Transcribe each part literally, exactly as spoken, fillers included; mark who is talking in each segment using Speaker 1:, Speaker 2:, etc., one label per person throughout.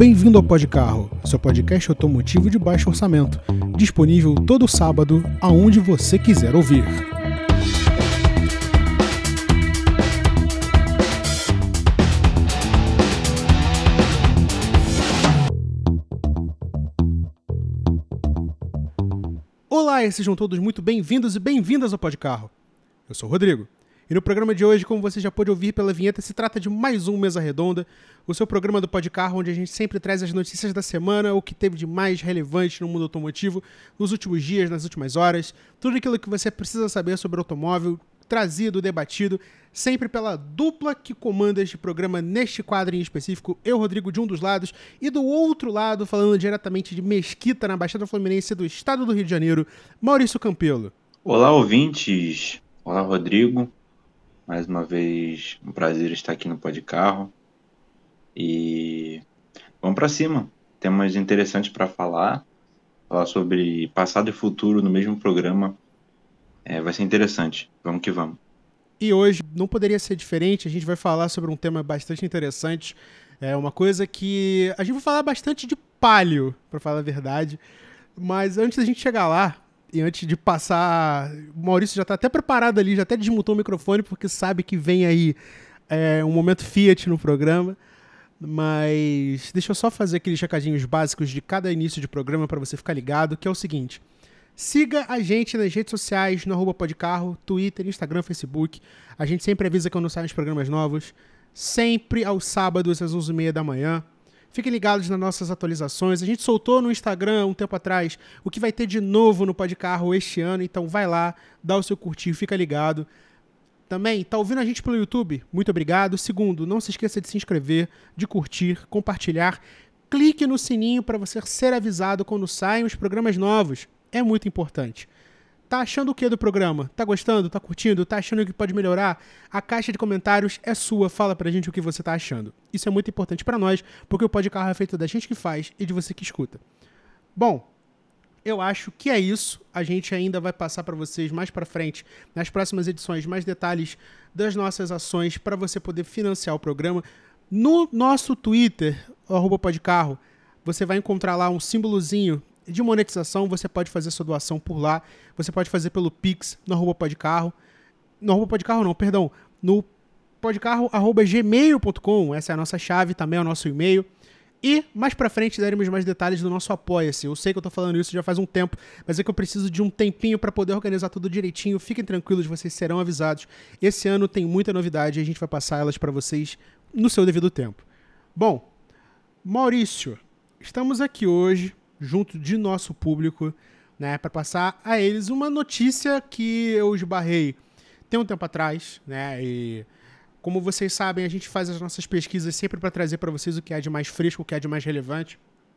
Speaker 1: Bem-vindo ao Podcarro, seu podcast automotivo de baixo orçamento, disponível todo sábado, aonde você quiser ouvir. Olá, e sejam todos muito bem-vindos e bem-vindas ao Podcarro. Eu sou o Rodrigo. E no programa de hoje, como você já pôde ouvir pela vinheta, se trata de mais um Mesa Redonda, o seu programa do Podcarro, onde a gente sempre traz as notícias da semana, o que teve de mais relevante no mundo automotivo nos últimos dias, nas últimas horas, tudo aquilo que você precisa saber sobre automóvel, trazido, debatido, sempre pela dupla que comanda este programa neste quadro em específico, eu, Rodrigo, de um dos lados, e do outro lado, falando diretamente de Mesquita, na Baixada Fluminense do estado do Rio de Janeiro, Maurício Campelo.
Speaker 2: Olá, ouvintes. Olá, Rodrigo. Mais uma vez, um prazer estar aqui no Podcarro. E vamos para cima. Temas interessantes para falar. Falar sobre passado e futuro no mesmo programa. É, vai ser interessante. Vamos que vamos.
Speaker 1: E hoje não poderia ser diferente, a gente vai falar sobre um tema bastante interessante. É uma coisa que a gente vai falar bastante de Palio, para falar a verdade. Mas antes da gente chegar lá, e antes de passar, o Maurício já está até preparado ali, já até desmutou o microfone, porque sabe que vem aí é, um momento Fiat no programa. Mas deixa eu só fazer aqueles recadinhos básicos de cada início de programa para você ficar ligado, que é o seguinte: siga a gente nas redes sociais, no arroba Podcarro, Twitter, Instagram, Facebook. A gente sempre avisa quando saem os programas novos, sempre aos sábados às onze e meia da manhã. Fiquem ligados nas nossas atualizações. A gente soltou no Instagram um tempo atrás o que vai ter de novo no Podcarro este ano, então vai lá, dá o seu curtir, fica ligado. Também, tá ouvindo a gente pelo YouTube? Muito obrigado. Segundo, não se esqueça de se inscrever, de curtir, compartilhar. Clique no sininho para você ser avisado quando saem os programas novos. É muito importante. Tá achando o que do programa? Tá gostando? Tá curtindo? Tá achando que pode melhorar? A caixa de comentários é sua. Fala pra gente o que você tá achando. Isso é muito importante pra nós, porque o Podcarro é feito da gente que faz e de você que escuta. Bom, eu acho que é isso. A gente ainda vai passar pra vocês mais pra frente, nas próximas edições, mais detalhes das nossas ações para você poder financiar o programa. No nosso Twitter, arroba Podcarro, você vai encontrar lá um símbolozinho de monetização. Você pode fazer sua doação por lá, você pode fazer pelo Pix no arroba Podcarro, no arroba Podcarro não, perdão, no podcarro arroba gmail ponto com, essa é a nossa chave, também é o nosso e-mail, e mais pra frente daremos mais detalhes do nosso Apoia-se. Eu sei que eu tô falando isso já faz um tempo, mas é que eu preciso de um tempinho para poder organizar tudo direitinho. Fiquem tranquilos, vocês serão avisados. Esse ano tem muita novidade e a gente vai passar elas para vocês no seu devido tempo. Bom, Maurício, estamos aqui hoje junto de nosso público, né, para passar a eles uma notícia que eu esbarrei tem um tempo atrás, né, e como vocês sabem, a gente faz as nossas pesquisas sempre para trazer para vocês o que há de mais fresco, o que há de mais relevante,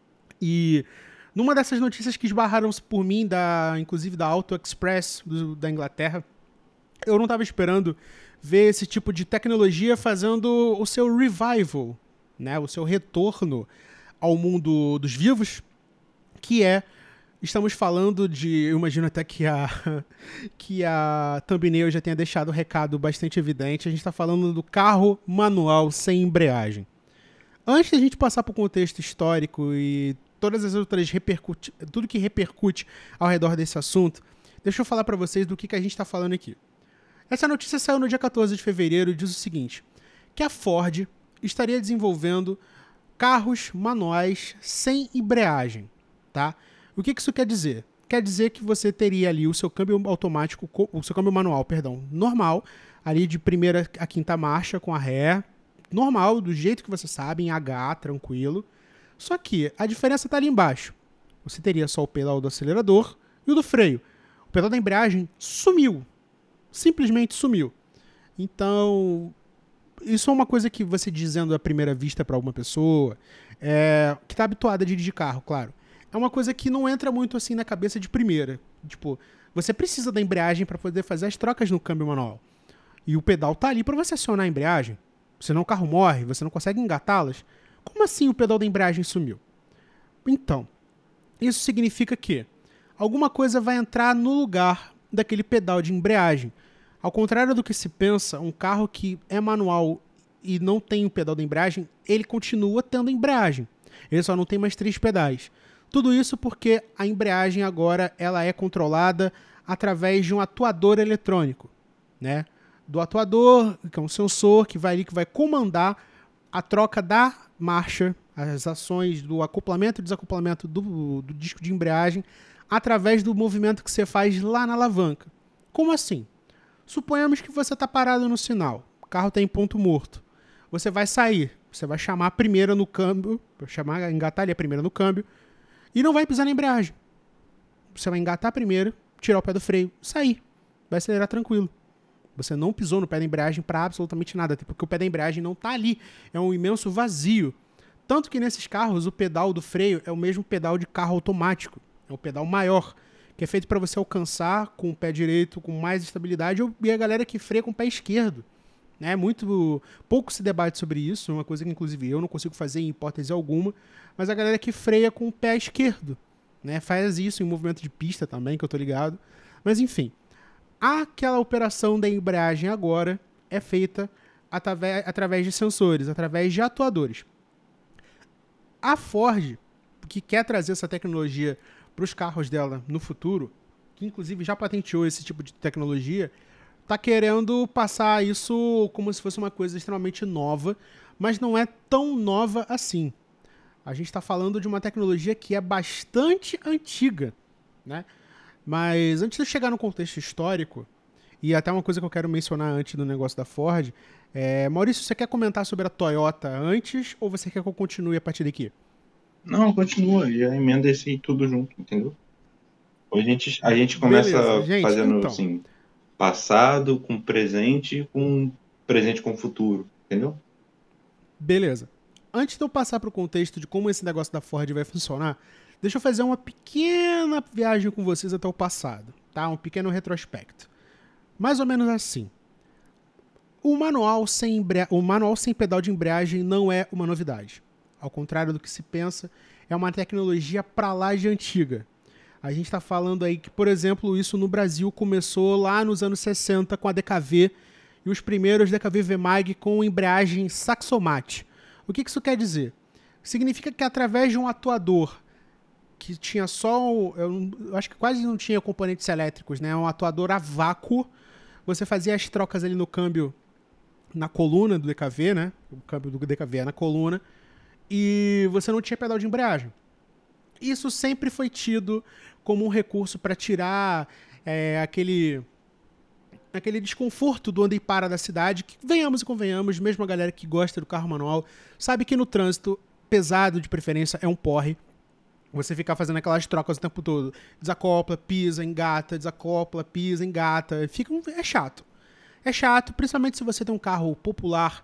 Speaker 1: e numa dessas notícias que esbarraram por mim, da, inclusive da Auto Express do, da Inglaterra, eu não estava esperando ver esse tipo de tecnologia fazendo o seu revival, né, o seu retorno ao mundo dos vivos, que é, estamos falando de, eu imagino até que a, que a thumbnail já tenha deixado o recado bastante evidente, a gente está falando do carro manual sem embreagem. Antes da gente passar para o contexto histórico e todas as outras repercuti- tudo que repercute ao redor desse assunto, deixa eu falar para vocês do que, que a gente está falando aqui. Essa notícia saiu no dia quatorze de fevereiro e diz o seguinte, que a Ford estaria desenvolvendo carros manuais sem embreagem. Tá? O que isso quer dizer? Quer dizer que você teria ali o seu câmbio automático, o seu câmbio manual, perdão, normal, ali de primeira a quinta marcha com a ré, normal, do jeito que você sabe, em H, tranquilo. Só que a diferença está ali embaixo. Você teria só o pedal do acelerador e o do freio. O pedal da embreagem sumiu. Simplesmente sumiu. Então, isso é uma coisa que você dizendo à primeira vista para alguma pessoa, é, que está habituada a dirigir carro, claro. É uma coisa que não entra muito assim na cabeça de primeira. Tipo, você precisa da embreagem para poder fazer as trocas no câmbio manual. E o pedal tá ali para você acionar a embreagem. Senão o carro morre, você não consegue engatá-las. Como assim o pedal da embreagem sumiu? Então, isso significa que alguma coisa vai entrar no lugar daquele pedal de embreagem. Ao contrário do que se pensa, um carro que é manual e não tem o pedal da embreagem, ele continua tendo embreagem. Ele só não tem mais três pedais. Tudo isso porque a embreagem agora ela é controlada através de um atuador eletrônico, né? Do atuador, que é um sensor que vai ali, que vai comandar a troca da marcha, as ações do acoplamento e desacoplamento do, do disco de embreagem através do movimento que você faz lá na alavanca. Como assim? Suponhamos que você está parado no sinal, o carro está em ponto morto. Você vai sair, você vai chamar a primeira no câmbio, chamar, engatar ali a primeira no câmbio e não vai pisar na embreagem. Você vai engatar a primeira, tirar o pé do freio, sair, vai acelerar tranquilo. Você não pisou no pé da embreagem para absolutamente nada, porque o pé da embreagem não está ali, é um imenso vazio. Tanto que nesses carros o pedal do freio é o mesmo pedal de carro automático, é o pedal maior, que é feito para você alcançar com o pé direito com mais estabilidade, e a galera que freia com o pé esquerdo. Né? Muito pouco se debate sobre isso, é uma coisa que inclusive eu não consigo fazer em hipótese alguma, mas a galera que freia com o pé esquerdo, né? Faz isso em movimento de pista também, que eu tô ligado. Mas enfim, aquela operação da embreagem agora é feita através, através de sensores, através de atuadores. A Ford, que quer trazer essa tecnologia para os carros dela no futuro, que inclusive já patenteou esse tipo de tecnologia, está querendo passar isso como se fosse uma coisa extremamente nova, mas não é tão nova assim. A gente está falando de uma tecnologia que é bastante antiga, né? Mas antes de chegar no contexto histórico, e até uma coisa que eu quero mencionar antes do negócio da Ford, é, Maurício, você quer comentar sobre a Toyota antes ou você quer que eu continue a partir daqui?
Speaker 2: Não, continua, já emenda esse aí tudo junto, entendeu? A gente, a gente
Speaker 1: Beleza,
Speaker 2: começa
Speaker 1: gente,
Speaker 2: fazendo
Speaker 1: então.
Speaker 2: assim, passado com presente, com presente com futuro, entendeu?
Speaker 1: Beleza. Antes de eu passar para o contexto de como esse negócio da Ford vai funcionar, deixa eu fazer uma pequena viagem com vocês até o passado, tá? Um pequeno retrospecto. Mais ou menos assim. O manual sem, embrea... o manual sem pedal de embreagem não é uma novidade. Ao contrário do que se pensa, é uma tecnologia pra lá de antiga. A gente está falando aí que, por exemplo, isso no Brasil começou lá nos anos sessenta com a D K V e os primeiros D K V V-Mag com embreagem Saxomat. O que isso quer dizer? Significa que através de um atuador que tinha só, eu acho que quase não tinha componentes elétricos, né? Um atuador a vácuo, você fazia as trocas ali no câmbio, na coluna do D K V, né? O câmbio do D K V é na coluna, e você não tinha pedal de embreagem. Isso sempre foi tido como um recurso para tirar é, aquele, aquele desconforto do anda e para da cidade, que, venhamos e convenhamos, mesmo a galera que gosta do carro manual, sabe que no trânsito, pesado de preferência, é um porre. Você ficar fazendo aquelas trocas o tempo todo. Desacopla, pisa, engata, desacopla, pisa, engata. Fica um, é chato. É chato, principalmente se você tem um carro popular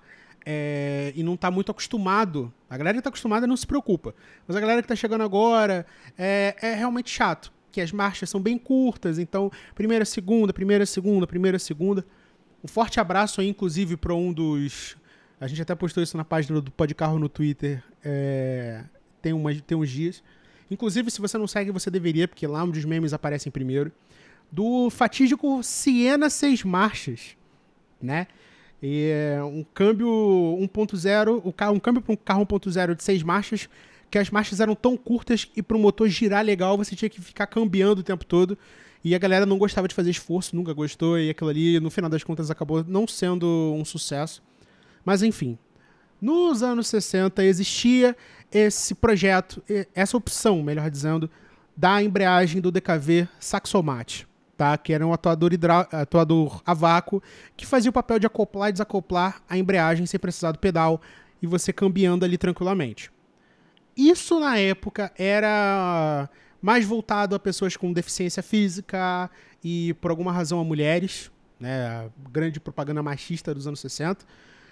Speaker 1: é, e não está muito acostumado. A galera que está acostumada não se preocupa. Mas a galera que está chegando agora é, é realmente chato. Que as marchas são bem curtas. Então, primeira, segunda, primeira, segunda, primeira, segunda. Um forte abraço aí, inclusive, para um dos... A gente até postou isso na página do Podcarro no Twitter. É, tem, uma, tem uns dias. Inclusive, se você não segue, você deveria, porque lá onde os memes aparecem primeiro. Do fatídico Siena seis marchas, né? E é um câmbio um ponto zero, um câmbio para um carro um ponto zero de seis marchas, que as marchas eram tão curtas e para o motor girar legal, você tinha que ficar cambiando o tempo todo. E a galera não gostava de fazer esforço, nunca gostou, e aquilo ali, no final das contas, acabou não sendo um sucesso. Mas, enfim. Nos anos sessenta existia esse projeto, essa opção, melhor dizendo, da embreagem do D K V Saxomat, tá? Que era um atuador, hidra... atuador a vácuo que fazia o papel de acoplar e desacoplar a embreagem sem precisar do pedal e você cambiando ali tranquilamente. Isso, na época, era mais voltado a pessoas com deficiência física e, por alguma razão, a mulheres, né? A grande propaganda machista dos anos sessenta.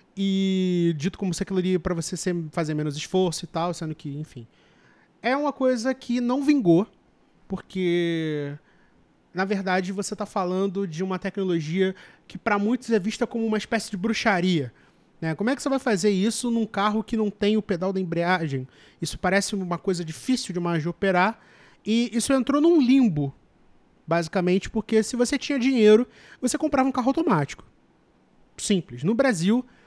Speaker 1: E dito como se aquilo ali para você fazer menos esforço e tal, sendo que, enfim. É uma coisa que não vingou, porque, na verdade, você está falando de uma tecnologia que para muitos é vista como uma espécie de bruxaria. Né? Como é que você vai fazer isso num carro que não tem o pedal da embreagem? Isso parece uma coisa difícil demais de operar, e isso entrou num limbo, basicamente, porque se você tinha dinheiro, você comprava um carro automático. Simples. No Brasil...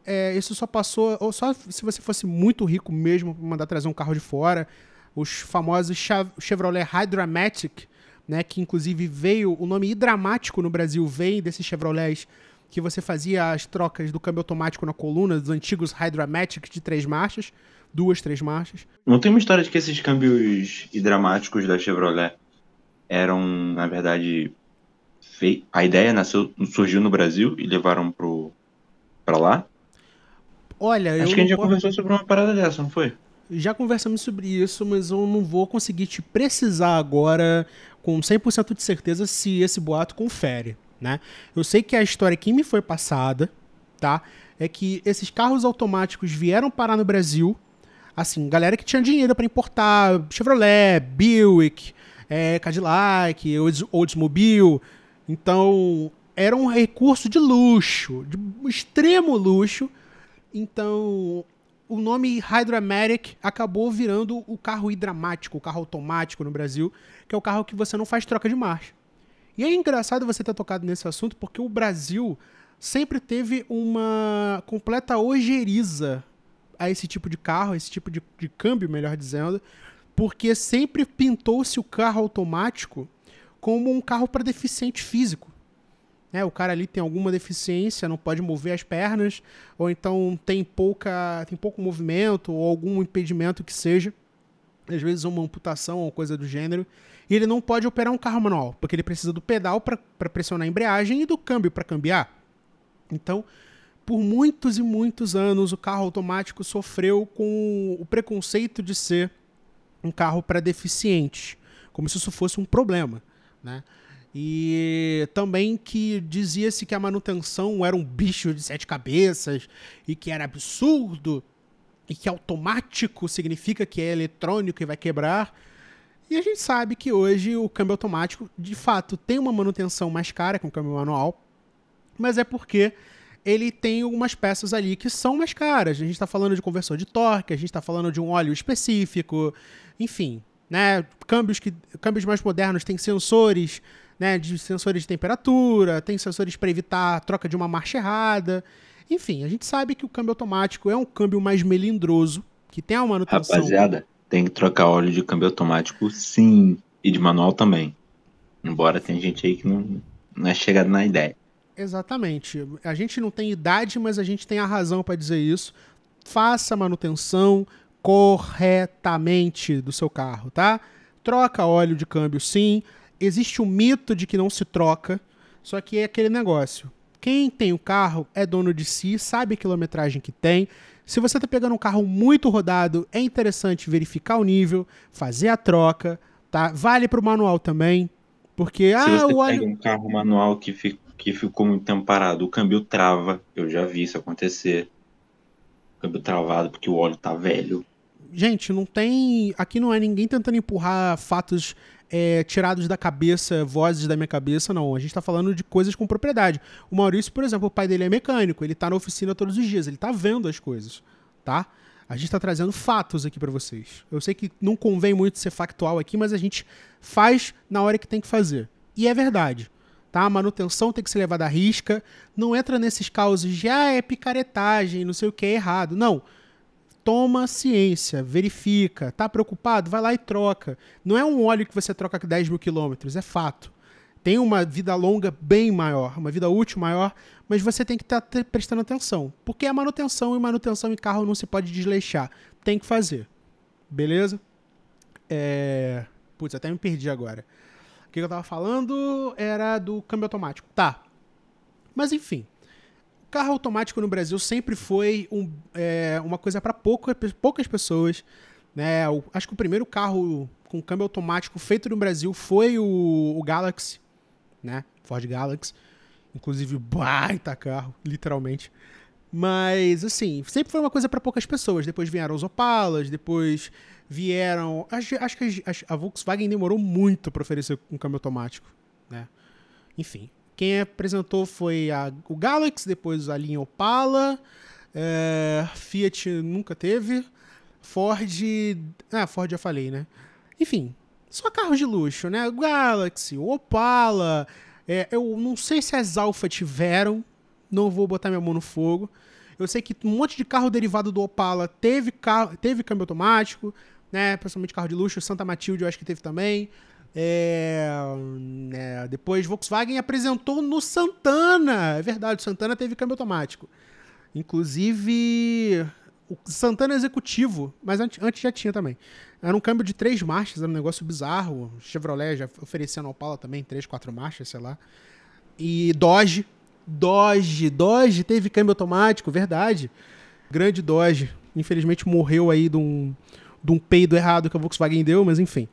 Speaker 1: é, isso só passou, ou só se você fosse muito rico mesmo, mandar trazer um carro de fora, os famosos Chevrolet Hydramatic, né, que inclusive veio, o nome Hidramático no Brasil vem desses Chevrolets que você fazia as trocas do câmbio automático na coluna, dos antigos Hydramatic de três marchas, duas, três marchas.
Speaker 2: Não tem uma história de que esses câmbios hidramáticos da Chevrolet eram, na verdade, fei... a ideia nasceu, surgiu no Brasil e levaram pro... pra lá?
Speaker 1: Olha,
Speaker 2: Acho
Speaker 1: eu
Speaker 2: que a
Speaker 1: não
Speaker 2: gente já
Speaker 1: posso...
Speaker 2: conversou sobre uma parada dessa, não foi?
Speaker 1: Já conversamos sobre isso, mas eu não vou conseguir te precisar agora com cem por cento de certeza se esse boato confere, né? Eu sei que a história que me foi passada, tá? É que esses carros automáticos vieram parar no Brasil, assim, galera que tinha dinheiro para importar Chevrolet, Buick, é, Cadillac, Oldsmobile. Então, era um recurso de luxo, de extremo luxo. Então, o nome Hydramatic acabou virando o carro hidramático, o carro automático no Brasil, que é o carro que você não faz troca de marcha. E é engraçado você ter tocado nesse assunto, porque o Brasil sempre teve uma completa ojeriza a esse tipo de carro, a esse tipo de, de câmbio, melhor dizendo, porque sempre pintou-se o carro automático como um carro para deficiente físico. É, o cara ali tem alguma deficiência, não pode mover as pernas, ou então tem, pouca, tem pouco movimento, ou algum impedimento que seja, às vezes uma amputação ou coisa do gênero, e ele não pode operar um carro manual, porque ele precisa do pedal para pressionar a embreagem e do câmbio para cambiar. Então, por muitos e muitos anos, o carro automático sofreu com o preconceito de ser um carro para deficientes, como se isso fosse um problema, né? E também que dizia-se que a manutenção era um bicho de sete cabeças e que era absurdo e que automático significa que é eletrônico e vai quebrar. E a gente sabe que hoje o câmbio automático, de fato, tem uma manutenção mais cara que um câmbio manual, mas é porque ele tem algumas peças ali que são mais caras. A gente está falando de conversor de torque, a gente está falando de um óleo específico, enfim, né? Câmbios, que, câmbios mais modernos têm sensores, né, de sensores de temperatura, tem sensores para evitar a troca de uma marcha errada. Enfim, a gente sabe que o câmbio automático é um câmbio mais melindroso, que tem uma manutenção.
Speaker 2: Rapaziada, tem que trocar óleo de câmbio automático, sim, e de manual também. Embora tem gente aí que não, não é chegada na ideia.
Speaker 1: Exatamente. A gente não tem idade, mas a gente tem a razão para dizer isso. Faça a manutenção corretamente do seu carro, tá? Troca óleo de câmbio, sim. Existe o mito de que não se troca, só que é aquele negócio. Quem tem o carro é dono de si, sabe a quilometragem que tem. Se você está pegando um carro muito rodado, é interessante verificar o nível, fazer a troca, tá? Vale para o manual também, porque
Speaker 2: Se
Speaker 1: ah,
Speaker 2: você
Speaker 1: o óleo...
Speaker 2: pega um carro manual que, fi, que ficou muito tempo parado, o câmbio trava, eu já vi isso acontecer. O câmbio travado porque o óleo tá velho.
Speaker 1: Gente, não tem... Aqui não é ninguém tentando empurrar fatos é, tirados da cabeça, vozes da minha cabeça, não. A gente tá falando de coisas com propriedade. O Maurício, por exemplo, o pai dele é mecânico, ele tá na oficina todos os dias, ele tá vendo as coisas, tá? A gente tá trazendo fatos aqui pra vocês. Eu sei que não convém muito ser factual aqui, mas a gente faz na hora que tem que fazer. E é verdade, tá? A manutenção tem que ser levada à risca, não entra nesses causos de, ah, é picaretagem, não sei o que, é errado. Não. Toma ciência, verifica, tá preocupado? Vai lá e troca. Não é um óleo que você troca com dez mil quilômetros, é fato. Tem uma vida longa bem maior, uma vida útil maior, mas você tem que estar tá prestando atenção. Porque a manutenção e manutenção em carro não se pode desleixar. Tem que fazer. Beleza? É... Putz, até me perdi agora. O que eu tava falando era do câmbio automático. Tá. Mas enfim. Carro automático no Brasil sempre foi um, é, uma coisa para pouca, poucas pessoas, né? O, acho que o primeiro carro com câmbio automático feito no Brasil foi o, o Galaxy, né? Ford Galaxy. Inclusive, baita carro, literalmente. Mas, assim, sempre foi uma coisa para poucas pessoas. Depois vieram os Opalas, depois vieram... Acho, acho que a, a Volkswagen demorou muito para oferecer um câmbio automático, né? Enfim. Quem apresentou foi a, o Galaxy, depois a linha Opala, é, Fiat nunca teve, Ford... Ah, Ford já falei, né? Enfim, só carros de luxo, né? O Galaxy, o Opala, é, eu não sei se as Alfa tiveram, não vou botar minha mão no fogo. Eu sei que um monte de carro derivado do Opala teve, carro, teve câmbio automático, né? Principalmente carro de luxo, Santa Matilde eu acho que teve também. É, é, depois Volkswagen apresentou no Santana. É verdade, o Santana teve câmbio automático. Inclusive, o Santana Executivo, mas antes, antes já tinha também. Era um câmbio de três marchas, era um negócio bizarro. Chevrolet já oferecia no Opala também, três, quatro marchas, sei lá. E Dodge, Dodge, Dodge teve câmbio automático, verdade. Grande Dodge. Infelizmente morreu aí de um, de um peido errado que a Volkswagen deu, mas enfim.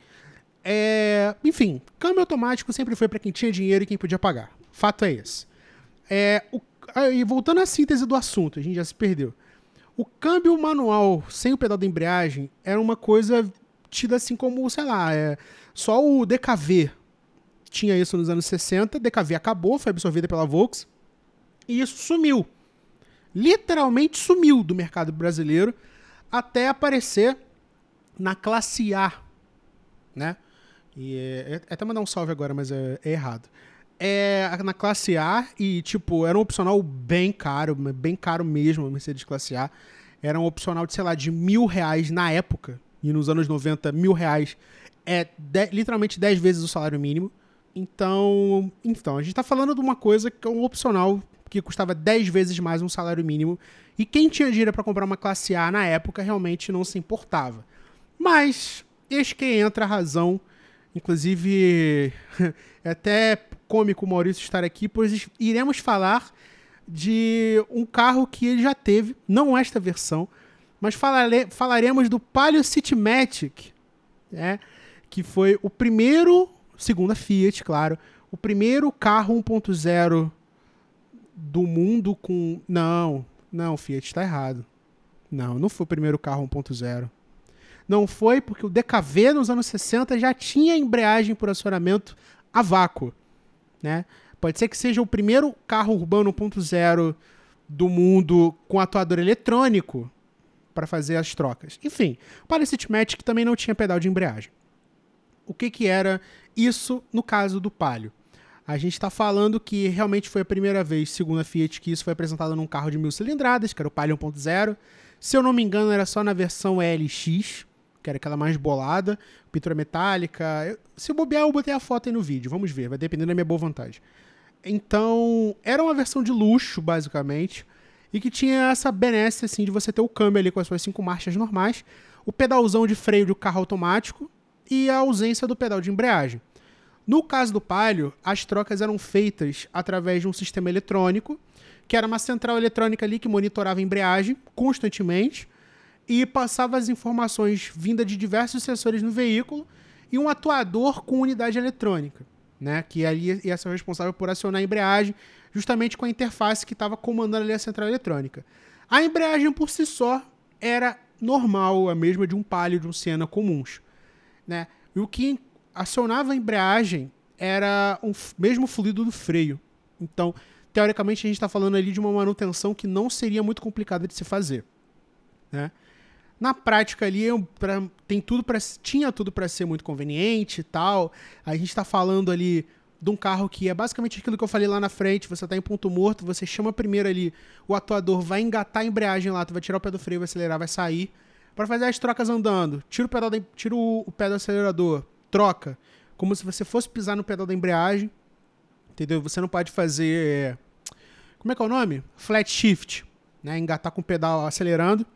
Speaker 1: É, enfim, câmbio automático sempre foi para quem tinha dinheiro e quem podia pagar. Fato é esse. É, o, e voltando à síntese do assunto, a gente já se perdeu. O câmbio manual sem o pedal da embreagem era uma coisa tida assim como, sei lá, é, só o D K V tinha isso nos anos sessenta, D K V acabou, foi absorvida pela Volks, e isso sumiu. Literalmente sumiu do mercado brasileiro até aparecer na classe A, né? E é, é até mandar um salve agora, mas é, é errado. É na classe A e, tipo, era um opcional bem caro, bem caro mesmo, a Mercedes classe A. Era um opcional de, sei lá, de mil reais na época. E nos anos noventa, mil reais é de, literalmente dez vezes o salário mínimo. Então, então, a gente tá falando de uma coisa que é um opcional que custava dez vezes mais um salário mínimo. E quem tinha dinheiro para comprar uma classe A na época realmente não se importava. Mas, eis que entra a razão. Inclusive, é até cômico o Maurício estar aqui, pois iremos falar de um carro que ele já teve, não esta versão, mas falare, falaremos do Palio Citymatic, né, que foi o primeiro, segundo a Fiat, claro, o primeiro carro um ponto zero do mundo com... Não, não, Fiat está errado. Não, não foi o primeiro carro um ponto zero. Não foi porque o D K V nos anos sessenta já tinha embreagem por acionamento a vácuo, né? Pode ser que seja o primeiro carro urbano um ponto zero do mundo com atuador eletrônico para fazer as trocas. Enfim, o Palio Citymatic também não tinha pedal de embreagem. O que, que era isso no caso do Palio? A gente está falando que realmente foi a primeira vez, segundo a Fiat, que isso foi apresentado num carro de mil cilindradas, que era o Palio um ponto zero. Se eu não me engano, era só na versão E L X, que era aquela mais bolada, pintura metálica. Eu, se eu bobear, eu botei a foto aí no vídeo. Vamos ver, vai depender da minha boa vontade. Então, era uma versão de luxo, basicamente, e que tinha essa benesse, assim, de você ter o câmbio ali com as suas cinco marchas normais, o pedalzão de freio do carro automático e a ausência do pedal de embreagem. No caso do Palio, as trocas eram feitas através de um sistema eletrônico, que era uma central eletrônica ali que monitorava a embreagem constantemente, e passava as informações vindas de diversos sensores no veículo e um atuador com unidade eletrônica, né, que ali ia ser responsável por acionar a embreagem justamente com a interface que estava comandando ali a central eletrônica. A embreagem por si só era normal, a mesma de um Palio, de um Siena comuns, né? E o que acionava a embreagem era o mesmo fluido do freio. Então, teoricamente, a gente está falando ali de uma manutenção que não seria muito complicada de se fazer, né? Na prática ali, pra, tem tudo pra, tinha tudo para ser muito conveniente e tal. A gente está falando ali de um carro que é basicamente aquilo que eu falei lá na frente. Você está em ponto morto, você chama primeiro ali, o atuador vai engatar a embreagem lá, tu vai tirar o pé do freio, vai acelerar, vai sair. Para fazer as trocas andando, tira o pedal, da, tira o, o pé do acelerador, troca, como se você fosse pisar no pedal da embreagem, entendeu? Você não pode fazer, como é que é o nome? Flat shift, né? Engatar com o pedal acelerando,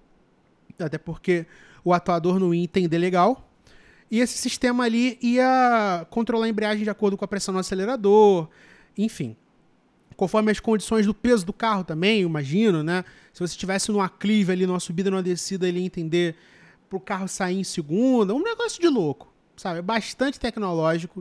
Speaker 1: até porque o atuador não ia entender legal. E esse sistema ali ia controlar a embreagem de acordo com a pressão no acelerador, enfim. Conforme as condições do peso do carro também, eu imagino, né? Se você estivesse numa clive ali, numa subida, numa descida, ele ia entender pro carro sair em segunda. Um negócio de louco, sabe? Bastante tecnológico.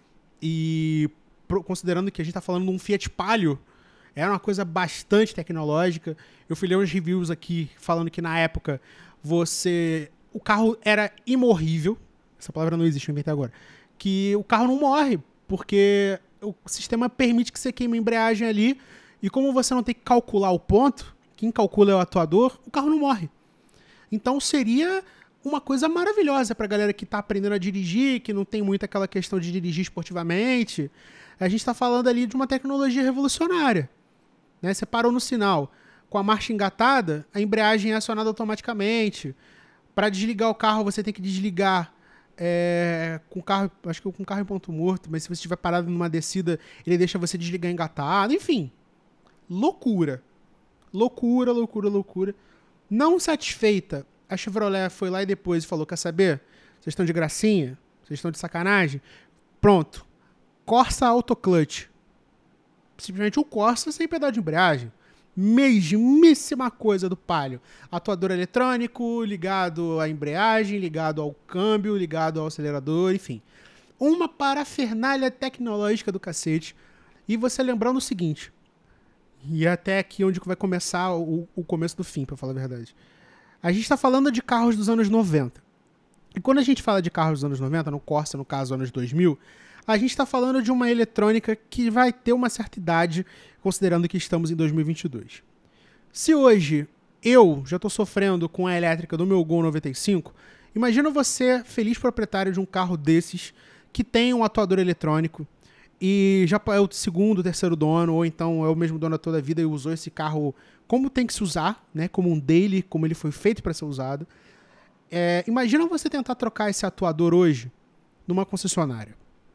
Speaker 1: E considerando que a gente tá falando de um Fiat Palio, era uma coisa bastante tecnológica. Eu fui ler uns reviews aqui falando que na época você... o carro era imorrível. Essa palavra não existe, eu inventei agora. Que o carro não morre, porque o sistema permite que você queime a embreagem ali. E como você não tem que calcular o ponto, quem calcula é o atuador, o carro não morre. Então seria uma coisa maravilhosa pra galera que tá aprendendo a dirigir, que não tem muito aquela questão de dirigir esportivamente. A gente tá falando ali de uma tecnologia revolucionária, né? Você parou no sinal, com a marcha engatada, a embreagem é acionada automaticamente. Para desligar o carro, você tem que desligar é, com o carro, acho que com o carro em ponto morto, mas se você estiver parado numa descida, ele deixa você desligar engatado. Enfim, loucura. Loucura, loucura, loucura. Não satisfeita, a Chevrolet foi lá e depois falou, quer saber? Vocês estão de gracinha? Vocês estão de sacanagem? Pronto. Corsa Autoclutch. Simplesmente um Corsa sem pedal de embreagem. Mesmíssima coisa do Palio. Atuador eletrônico, ligado à embreagem, ligado ao câmbio, ligado ao acelerador, enfim. Uma parafernália tecnológica do cacete. E você lembrando o seguinte, e até aqui onde vai começar o, o começo do fim, pra falar a verdade. A gente tá falando de carros dos anos noventa. E quando a gente fala de carros dos anos noventa, no Corsa, no caso, anos dois mil, a gente está falando de uma eletrônica que vai ter uma certa idade, considerando que estamos em dois mil e vinte e dois. Se hoje eu já estou sofrendo com a elétrica do meu Gol noventa e cinco, imagina você, feliz proprietário de um carro desses, que tem um atuador eletrônico, e já é o segundo, terceiro dono, ou então é o mesmo dono toda a vida e usou esse carro como tem que se usar, né? Como um daily, como ele foi feito para ser usado. É, imagina você tentar trocar esse atuador hoje numa concessionária.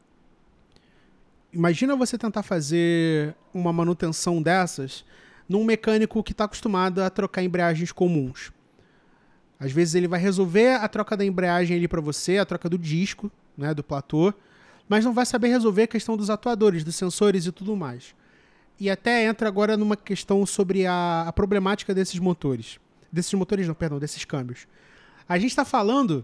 Speaker 1: Imagina você tentar fazer uma manutenção dessas num mecânico que está acostumado a trocar embreagens comuns. Às vezes ele vai resolver a troca da embreagem ali para você, a troca do disco, né, do platô, mas não vai saber resolver a questão dos atuadores, dos sensores e tudo mais. E até entra agora numa questão sobre a, a problemática desses motores. Desses motores não, perdão, desses câmbios. A gente está falando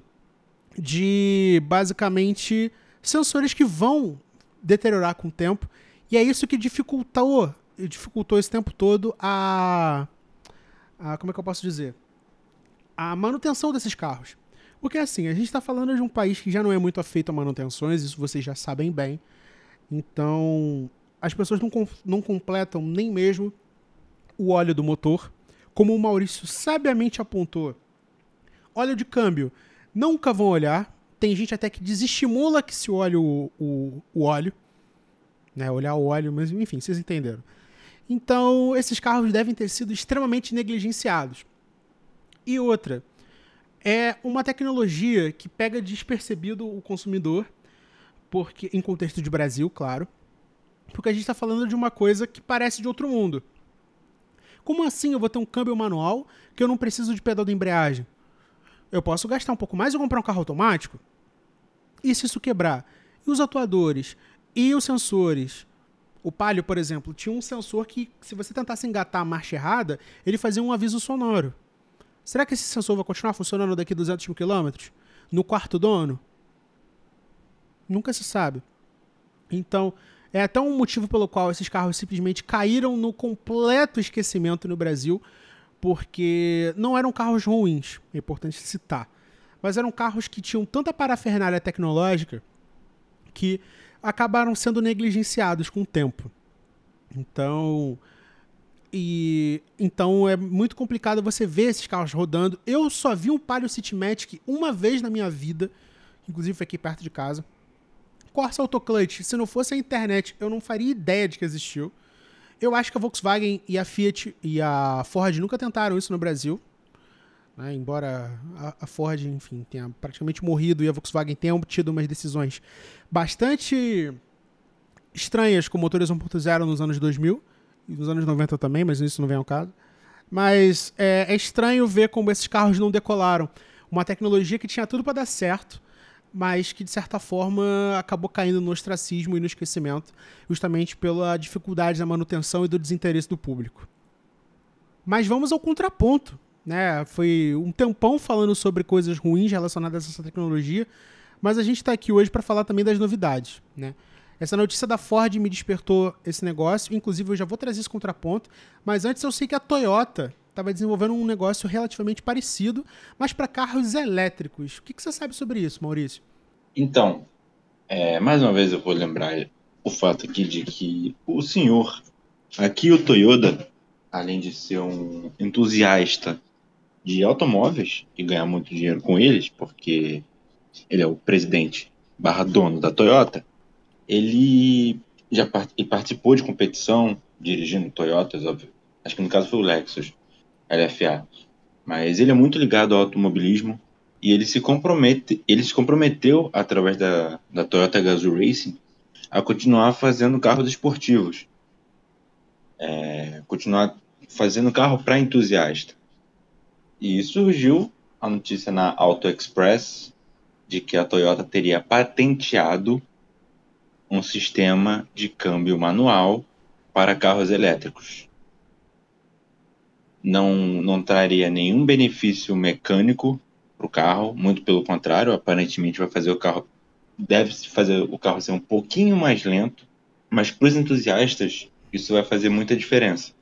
Speaker 1: de, basicamente, sensores que vão deteriorar com o tempo, e é isso que dificultou, dificultou esse tempo todo a, a... Como é que eu posso dizer? A manutenção desses carros. Porque assim, a gente está falando de um país que já não é muito afeito a manutenções, isso vocês já sabem bem. Então, as pessoas não, não completam nem mesmo o óleo do motor, como o Maurício sabiamente apontou. Óleo de câmbio, nunca vão olhar. Tem gente até que desestimula que se olhe o, o, o óleo. Né, olhar o óleo, mas enfim, vocês entenderam. Então, esses carros devem ter sido extremamente negligenciados. E outra, é uma tecnologia que pega despercebido o consumidor, porque em contexto de Brasil, claro, porque a gente está falando de uma coisa que parece de outro mundo. Como assim eu vou ter um câmbio manual que eu não preciso de pedal de embreagem? Eu posso gastar um pouco mais e comprar um carro automático? E se isso quebrar? E os atuadores? E os sensores? O Palio, por exemplo, tinha um sensor que, se você tentasse engatar a marcha errada, ele fazia um aviso sonoro. Será que esse sensor vai continuar funcionando daqui a duzentos mil quilômetros? No quarto dono? Nunca se sabe. Então, é até um motivo pelo qual esses carros simplesmente caíram no completo esquecimento no Brasil, porque não eram carros ruins, é importante citar, mas eram carros que tinham tanta parafernália tecnológica que acabaram sendo negligenciados com o tempo. Então... E então é muito complicado você ver esses carros rodando. Eu só vi um Palio Citymatic uma vez na minha vida, inclusive foi aqui perto de casa. Corsa Autoclutch, se não fosse a internet, eu não faria ideia de que existiu. Eu acho que a Volkswagen e a Fiat e a Ford nunca tentaram isso no Brasil, né? Embora a, a Ford, enfim, tenha praticamente morrido e a Volkswagen tenha tido umas decisões bastante estranhas com motores um ponto zero nos anos dois mil. Nos anos noventa também, mas isso não vem ao caso. Mas é, é estranho ver como esses carros não decolaram. Uma tecnologia que tinha tudo para dar certo, mas que, de certa forma, acabou caindo no ostracismo e no esquecimento, justamente pela dificuldade da manutenção e do desinteresse do público. Mas vamos ao contraponto, né? Foi um tempão falando sobre coisas ruins relacionadas a essa tecnologia, mas a gente está aqui hoje para falar também das novidades, né? Essa notícia da Ford me despertou esse negócio, inclusive eu já vou trazer esse contraponto, mas antes eu sei que a Toyota estava desenvolvendo um negócio relativamente parecido, mas para carros elétricos. O que, que você sabe sobre isso, Maurício?
Speaker 2: Então, é, mais uma vez eu vou lembrar o fato aqui de que o senhor Akio Toyoda, além de ser um entusiasta de automóveis e ganhar muito dinheiro com eles, porque ele é o presidente barra dono da Toyota, ele já part- e participou de competição dirigindo Toyotas, óbvio. Acho que no caso foi o Lexus. L F A. Mas ele é muito ligado ao automobilismo e ele se compromete, ele se comprometeu através da, da Toyota Gazoo Racing a continuar fazendo carros esportivos, é, continuar fazendo carro para entusiasta. E surgiu a notícia na Auto Express de que a Toyota teria patenteado um sistema de câmbio manual para carros elétricos. Não, não traria nenhum benefício mecânico para o carro, muito pelo contrário, aparentemente vai fazer o carro, deve fazer o carro ser um pouquinho mais lento, mas para os entusiastas isso vai fazer muita diferença,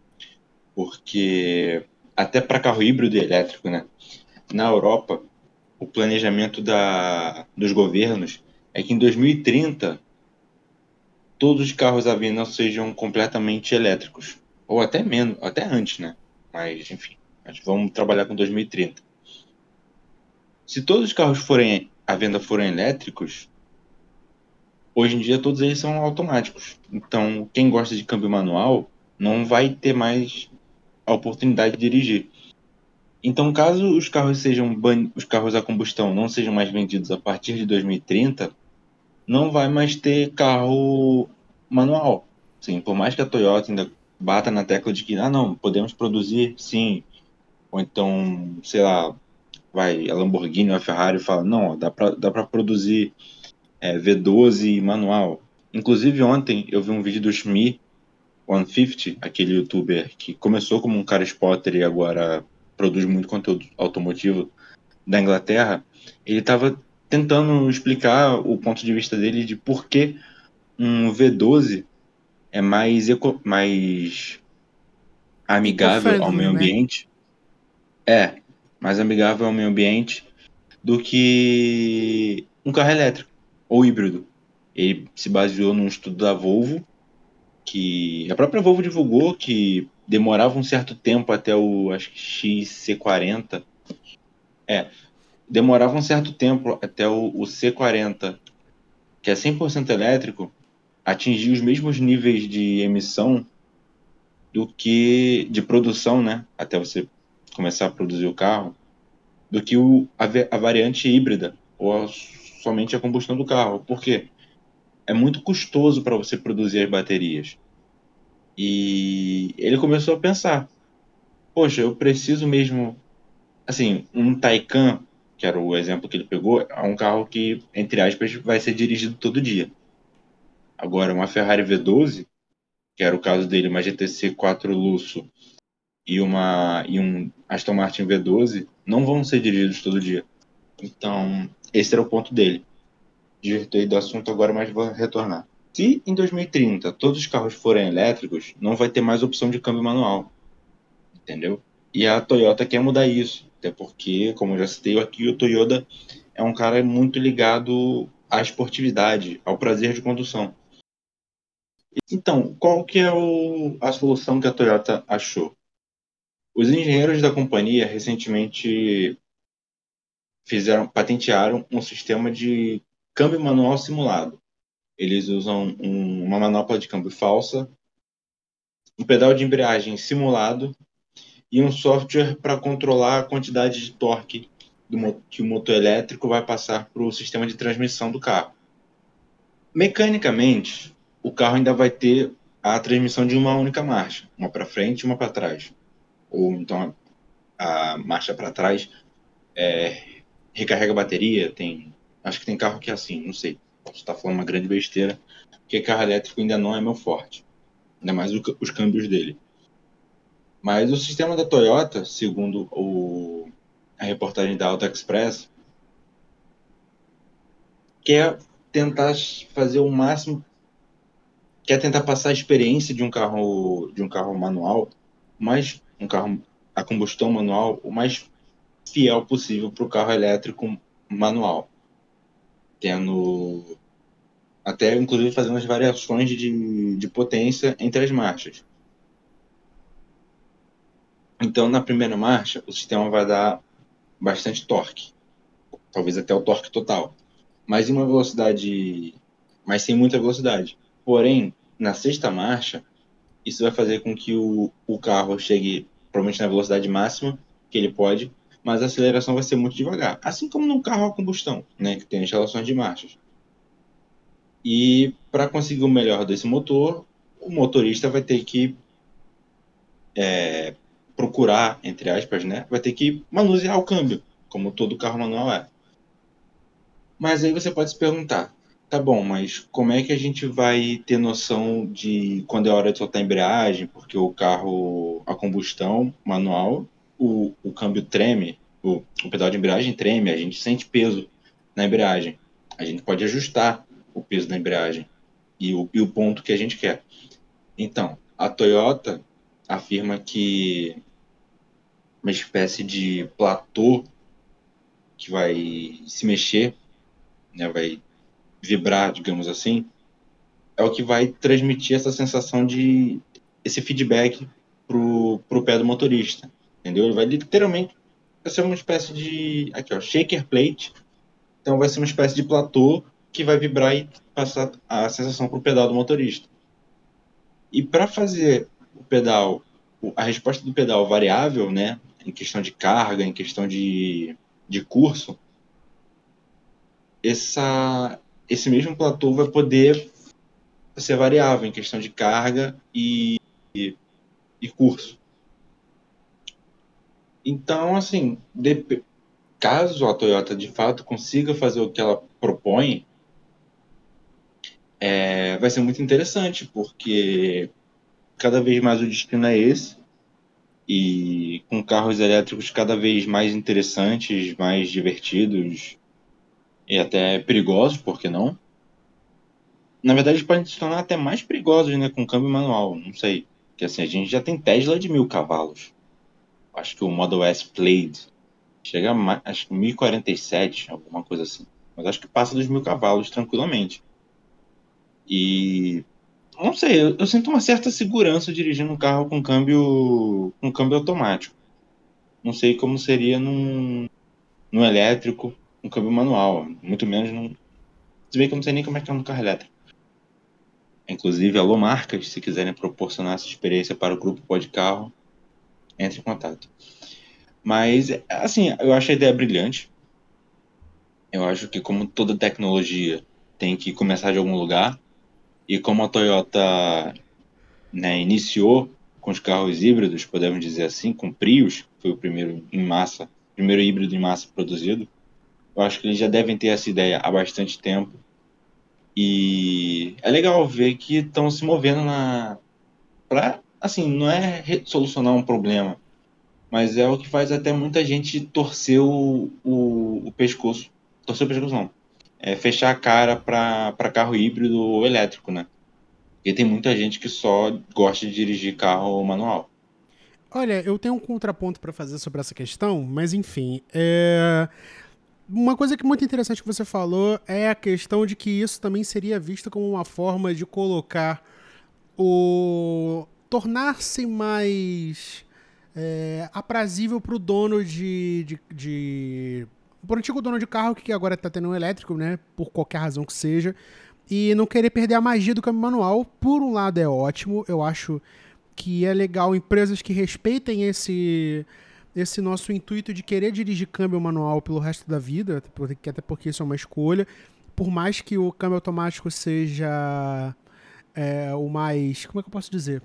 Speaker 2: porque até para carro híbrido e elétrico, né? Na Europa, o planejamento da, dos governos é que em dois mil e trinta todos os carros à venda sejam completamente elétricos, ou até menos, até antes, né? Mas enfim, mas vamos trabalhar com dois mil e trinta. Se todos os carros forem à venda forem elétricos, hoje em dia todos eles são automáticos. Então, quem gosta de câmbio manual não vai ter mais a oportunidade de dirigir. Então, caso os carros sejam ban... os carros a combustão não sejam mais vendidos a partir de dois mil e trinta, não vai mais ter carro manual. Sim, por mais que a Toyota ainda bata na tecla de que ah, não, podemos produzir, sim. Ou então, sei lá, vai a Lamborghini ou a Ferrari fala, não, ó, dá para dá para produzir é, V doze manual. Inclusive ontem eu vi um vídeo do Shmi cento e cinquenta, aquele youtuber que começou como um cara spotter e agora produz muito conteúdo automotivo da Inglaterra. Ele estava tentando explicar o ponto de vista dele de por que um V doze é mais, eco, mais amigável ao
Speaker 1: Eco-friendly,
Speaker 2: meio
Speaker 1: né?
Speaker 2: ambiente. É, mais amigável ao meio ambiente do que um carro elétrico ou híbrido. Ele se baseou num estudo da Volvo, que a própria Volvo divulgou que demorava um certo tempo até o, acho que X C quarenta. É, demorava um certo tempo até o, o C quarenta, que é cem por cento elétrico, atingir os mesmos níveis de emissão do que de produção, né? Até você começar a produzir o carro, do que o, a, a variante híbrida ou a, somente a combustão do carro. Por quê? É muito custoso para você produzir as baterias. E ele começou a pensar: poxa, eu preciso mesmo. Assim, um Taycan, que era o exemplo que ele pegou, é um carro que, entre aspas, vai ser dirigido todo dia. Agora, uma Ferrari V doze, que era o caso dele, uma G T C quatro Lusso e, uma, e um Aston Martin V doze, não vão ser dirigidos todo dia. Então, esse era o ponto dele. Divertei do assunto agora, mas vou retornar. Se em dois mil e trinta todos os carros forem elétricos, não vai ter mais opção de câmbio manual, entendeu? E a Toyota quer mudar isso, até porque, como eu já citei aqui, o Toyota é um cara muito ligado à esportividade, ao prazer de condução. Então, qual que é o, a solução que a Toyota achou? Os engenheiros da companhia recentemente fizeram, patentearam um sistema de câmbio manual simulado. Eles usam um, uma manopla de câmbio falsa, um pedal de embreagem simulado e um software para controlar a quantidade de torque do, que o motor elétrico vai passar para o sistema de transmissão do carro. Mecanicamente, o carro ainda vai ter a transmissão de uma única marcha, uma para frente e uma para trás. Ou então a, a marcha para trás é, recarrega a bateria, tem, acho que tem carro que é assim, não sei, posso estar falando uma grande besteira, porque carro elétrico ainda não é meu forte, ainda mais o, os câmbios dele. Mas o sistema da Toyota, segundo o, a reportagem da Auto Express, quer tentar fazer o máximo, quer tentar passar a experiência de um carro de um carro manual, mais um carro a combustão manual, o mais fiel possível para o carro elétrico manual, tendo até inclusive fazendo as variações de, de potência entre as marchas. Então, na primeira marcha, o sistema vai dar bastante torque, talvez até o torque total, mas em uma velocidade, mas sem muita velocidade. Porém, na sexta marcha, isso vai fazer com que o, o carro chegue provavelmente na velocidade máxima que ele pode, mas a aceleração vai ser muito devagar. Assim como num carro a combustão, né, que tem as relações de marchas. E para conseguir o melhor desse motor, o motorista vai ter que é, procurar, entre aspas, né, vai ter que manusear o câmbio, como todo carro manual é. Mas aí você pode se perguntar, tá bom, mas como é que a gente vai ter noção de quando é hora de soltar a embreagem? Porque o carro a combustão manual, o, o câmbio treme, o, o pedal de embreagem treme, a gente sente peso na embreagem. A gente pode ajustar o peso da embreagem e o, e o ponto que a gente quer. Então, a Toyota afirma que uma espécie de platô que vai se mexer, né, vai vibrar, digamos assim, é o que vai transmitir essa sensação de esse feedback pro, pro pé do motorista, entendeu? Ele vai literalmente vai ser uma espécie de aqui ó, shaker plate, então vai ser uma espécie de platô que vai vibrar e passar a sensação pro pedal do motorista. E para fazer o pedal, a resposta do pedal variável, né, em questão de carga, em questão de, de curso, essa, esse mesmo platô vai poder ser variável em questão de carga e, e, e curso. Então, assim, de, caso a Toyota de fato consiga fazer o que ela propõe, é, vai ser muito interessante, porque cada vez mais o destino é esse, e com carros elétricos cada vez mais interessantes, mais divertidos e até perigosos, por que não? Na verdade, eles podem se tornar até mais perigosos, né, com câmbio manual, não sei. Porque assim, a gente já tem Tesla de mil cavalos. Acho que o Model S Plaid chega a mais, acho que mil e quarenta e sete, alguma coisa assim. Mas acho que passa dos mil cavalos tranquilamente. E não sei, eu, eu sinto uma certa segurança dirigindo um carro com câmbio, com câmbio automático. Não sei como seria num, num elétrico, um câmbio manual, muito menos num. Se bem que eu não sei nem como é que é um carro elétrico. Inclusive, alô marcas, se quiserem proporcionar essa experiência para o grupo Pode Carro, entre em contato. Mas, assim, eu acho a ideia brilhante. Eu acho que, como toda tecnologia, tem que começar de algum lugar. E como a Toyota, né, iniciou com os carros híbridos, podemos dizer assim, com Prius, que foi o primeiro em massa, primeiro híbrido em massa produzido, eu acho que eles já devem ter essa ideia há bastante tempo. E é legal ver que estão se movendo na para, assim, não é re- solucionar um problema, mas é o que faz até muita gente torcer o, o, o pescoço. Torcer o pescoço não. É fechar a cara para carro híbrido ou elétrico, né? Porque tem muita gente que só gosta de dirigir carro manual.
Speaker 1: Olha, eu tenho um contraponto para fazer sobre essa questão, mas enfim, é... uma coisa que é muito interessante que você falou é a questão de que isso também seria visto como uma forma de colocar o tornar-se mais é, aprazível para o dono de, de, de para o antigo dono de carro que agora está tendo um elétrico, né, por qualquer razão que seja, e não querer perder a magia do câmbio manual. Por um lado é ótimo, eu acho que é legal empresas que respeitem esse esse nosso intuito de querer dirigir câmbio manual pelo resto da vida, até porque isso é uma escolha. Por mais que o câmbio automático seja é, o mais, como é que eu posso dizer?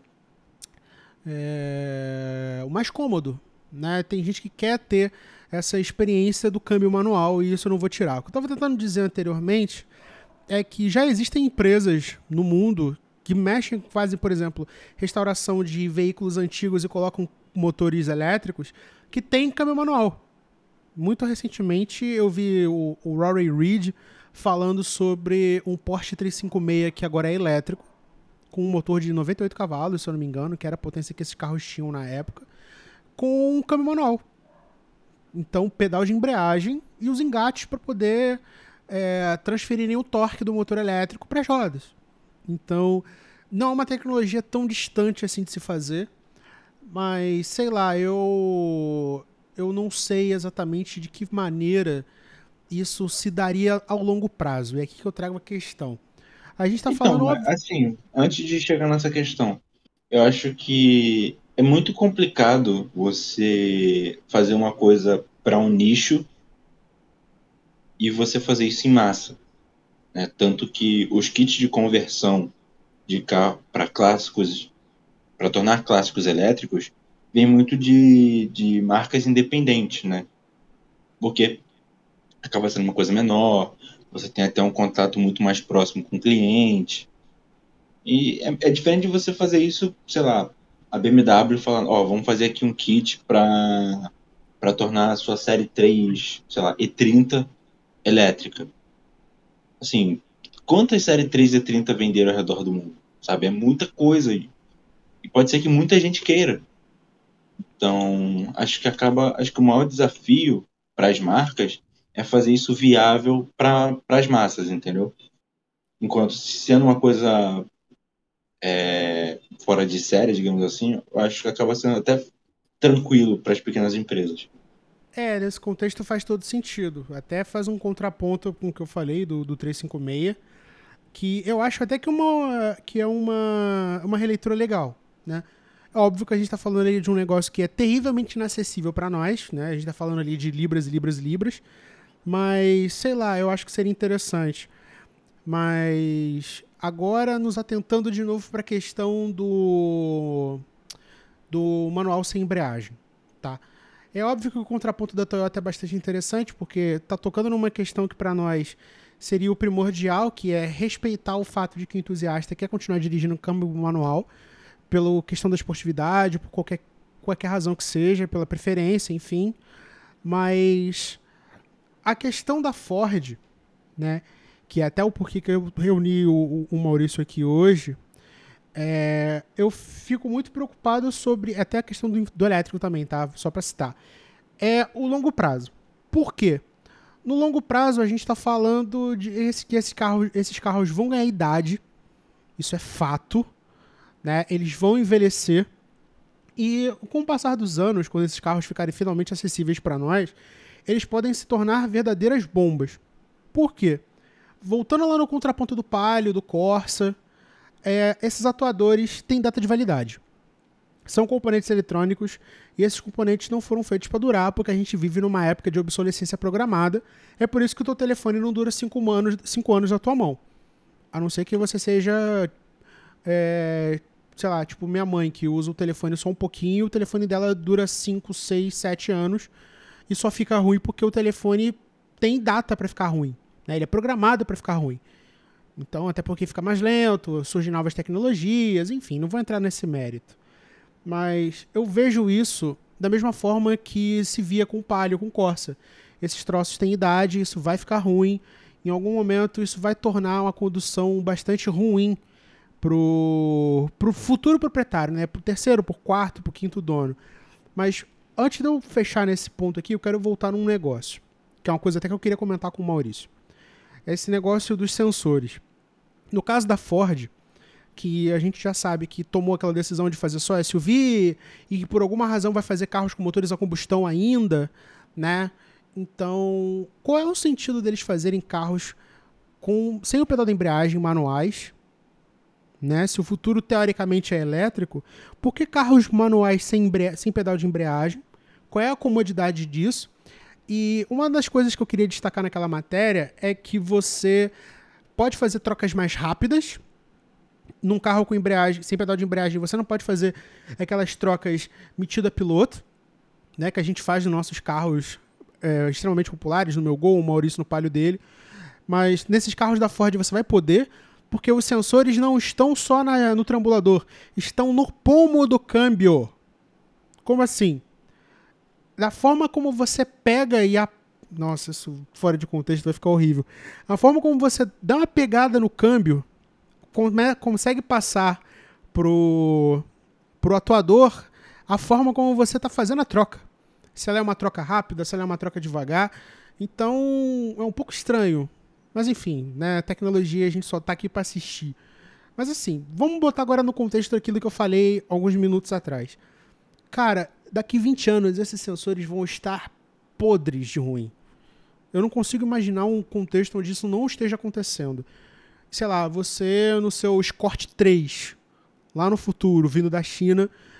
Speaker 1: É, o mais cômodo, né? Tem gente que quer ter essa experiência do câmbio manual e isso eu não vou tirar. O que eu estava tentando dizer anteriormente é que já existem empresas no mundo que mexem, fazem, por exemplo, restauração de veículos antigos e colocam motores elétricos que tem câmbio manual. Muito recentemente eu vi o, o Rory Reid falando sobre um Porsche trezentos e cinquenta e seis que agora é elétrico, com um motor de noventa e oito cavalos, se eu não me engano, que era a potência que esses carros tinham na época, com um câmbio manual. Então, pedal de embreagem e os engates para poder é, transferirem o torque do motor elétrico para as rodas. Então, não é uma tecnologia tão distante assim de se fazer, mas sei lá, eu eu não sei exatamente de que maneira isso se daria ao longo prazo. E é aqui que eu trago a questão. A gente está
Speaker 2: Então,
Speaker 1: falando
Speaker 2: mas,
Speaker 1: óbvio.
Speaker 2: assim, antes de chegar nessa questão, eu acho que é muito complicado você fazer uma coisa para um nicho e você fazer isso em massa, né? Tanto que os kits de conversão de carro para clássicos, para tornar clássicos elétricos, vem muito de, de marcas independentes, né? Porque acaba sendo uma coisa menor, você tem até um contato muito mais próximo com o cliente. E é, é diferente de você fazer isso, sei lá, a B M W falando, ó, vamos fazer aqui um kit para para tornar a sua série três, sei lá, E trinta elétrica. Assim, quantas série três e trinta venderam ao redor do mundo? Sabe? É muita coisa. E pode ser que muita gente queira. Então, acho que acaba, acho que o maior desafio para as marcas é fazer isso viável para as massas, entendeu? Enquanto sendo uma coisa é, fora de série, digamos assim, eu acho que acaba sendo até tranquilo para as pequenas empresas.
Speaker 1: É, nesse contexto faz todo sentido. Até faz um contraponto com o que eu falei do, do trezentos e cinquenta e seis, que eu acho até que, uma, que é uma, uma releitura legal, né? É óbvio que a gente está falando ali de um negócio que é terrivelmente inacessível para nós, né? A gente está falando ali de libras e libras e libras, mas sei lá, eu acho que seria interessante. Mas agora nos atentando de novo para a questão do do manual sem embreagem, tá? É óbvio que o contraponto da Toyota é bastante interessante, porque tá tocando numa questão que para nós seria o primordial, que é respeitar o fato de que o entusiasta quer continuar dirigindo um câmbio manual, pela questão da esportividade, por qualquer, qualquer razão que seja, pela preferência, enfim. Mas a questão da Ford, né, que é até o porquê que eu reuni o, o Maurício aqui hoje, é, eu fico muito preocupado sobre, até a questão do, do elétrico também, tá? Só para citar. É o longo prazo. Por quê? No longo prazo, a gente está falando de esse, que esse carro, esses carros vão ganhar idade. Isso é fato. Né? Eles vão envelhecer. E com o passar dos anos, quando esses carros ficarem finalmente acessíveis para nós, eles podem se tornar verdadeiras bombas. Por quê? Voltando lá no contraponto do Palio, do Corsa, é, esses atuadores têm data de validade. São componentes eletrônicos e esses componentes não foram feitos para durar, porque a gente vive numa época de obsolescência programada. É por isso que o teu telefone não dura cinco anos, cinco anos na tua mão. A não ser que você seja, é, sei lá, tipo minha mãe, que usa o telefone só um pouquinho, o telefone dela dura cinco, seis, sete anos e só fica ruim porque o telefone tem data para ficar ruim. Né? Ele é programado para ficar ruim. Então, até porque fica mais lento, surgem novas tecnologias, enfim, não vou entrar nesse mérito. Mas eu vejo isso da mesma forma que se via com o Palio, com o Corsa. Esses troços têm idade, isso vai ficar ruim. Em algum momento isso vai tornar uma condução bastante ruim pro, pro futuro proprietário, né? Pro terceiro, pro quarto, pro quinto dono. Mas antes de eu fechar nesse ponto aqui, eu quero voltar num negócio, que é uma coisa até que eu queria comentar com o Maurício. É esse negócio dos sensores. No caso da Ford, que a gente já sabe que tomou aquela decisão de fazer só S U V e que por alguma razão vai fazer carros com motores a combustão ainda, né? Então, qual é o sentido deles fazerem carros com, sem o pedal de embreagem, manuais, né? Se o futuro teoricamente é elétrico, por que carros manuais sem, embrea- sem pedal de embreagem? Qual é a comodidade disso? E uma das coisas que eu queria destacar naquela matéria é que você pode fazer trocas mais rápidas. Num carro com embreagem, sem pedal de embreagem, você não pode fazer aquelas trocas metido a piloto, né, que a gente faz nos nossos carros é, extremamente populares, no meu Gol, o Maurício no Palio dele. Mas nesses carros da Ford você vai poder, porque os sensores não estão só na, no trambulador, estão no pomo do câmbio. Como assim? Da forma como você pega e a... Nossa, isso fora de contexto vai ficar horrível. A forma como você dá uma pegada no câmbio, consegue passar pro, pro atuador a forma como você está fazendo a troca. Se ela é uma troca rápida, se ela é uma troca devagar. Então, é um pouco estranho. Mas enfim, né? A tecnologia a gente só tá aqui para assistir. Mas assim, vamos botar agora no contexto daquilo que eu falei alguns minutos atrás. Cara, daqui vinte anos esses sensores vão estar podres de ruim. Eu não consigo imaginar um contexto onde isso não esteja acontecendo. Sei lá, você no seu Escort três, lá no futuro, vindo da China,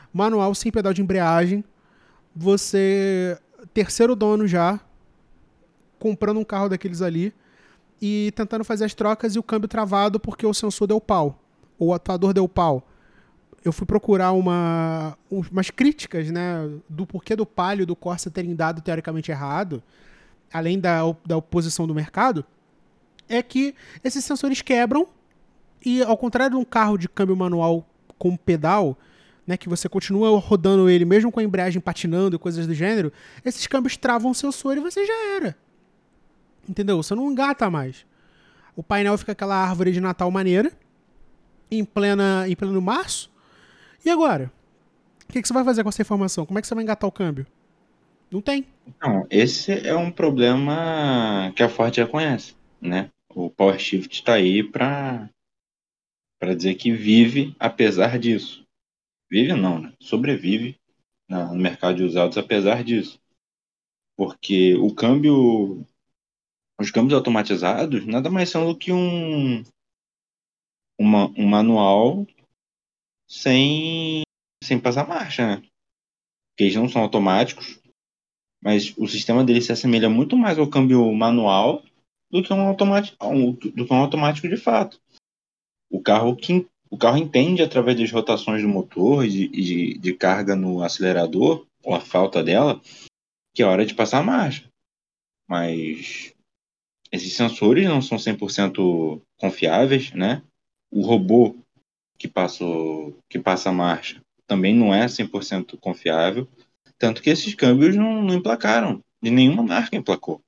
Speaker 1: manual sem pedal de embreagem, você, terceiro dono já, comprando um carro daqueles ali e tentando fazer as trocas e o câmbio travado porque o sensor deu pau, ou o atuador deu pau. Eu fui procurar uma, umas críticas, né, do porquê do Palio e do Corsa terem dado teoricamente errado, além da, da oposição do mercado, é que esses sensores quebram e, ao contrário de um carro de câmbio manual com pedal, né, que você continua rodando ele mesmo com a embreagem patinando e coisas do gênero, esses câmbios travam o sensor e você já era. Entendeu? Você não engata mais. O painel fica aquela árvore de Natal maneira, em, plena, em pleno março. E agora? O que, que você vai fazer com essa informação? Como é que você vai engatar o câmbio? Não tem.
Speaker 2: Não, esse é um problema que a Ford já conhece, né? O Power Shift está aí para para dizer que vive apesar disso. Vive não, né? Sobrevive no mercado de usados apesar disso. Porque o câmbio, os câmbios automatizados nada mais são do que um, uma, um manual sem, sem passar marcha, né? Porque eles não são automáticos, mas o sistema dele se assemelha muito mais ao câmbio manual do que um automático, do que um automático de fato. O carro, que, o carro entende através das rotações do motor e de, de, de carga no acelerador, ou a falta dela, que é hora de passar a marcha. Mas esses sensores não são cem por cento confiáveis, né? O robô que passa, que passa a marcha também não é cem por cento confiável. Tanto que esses câmbios não, não emplacaram. De nenhuma marca emplacou.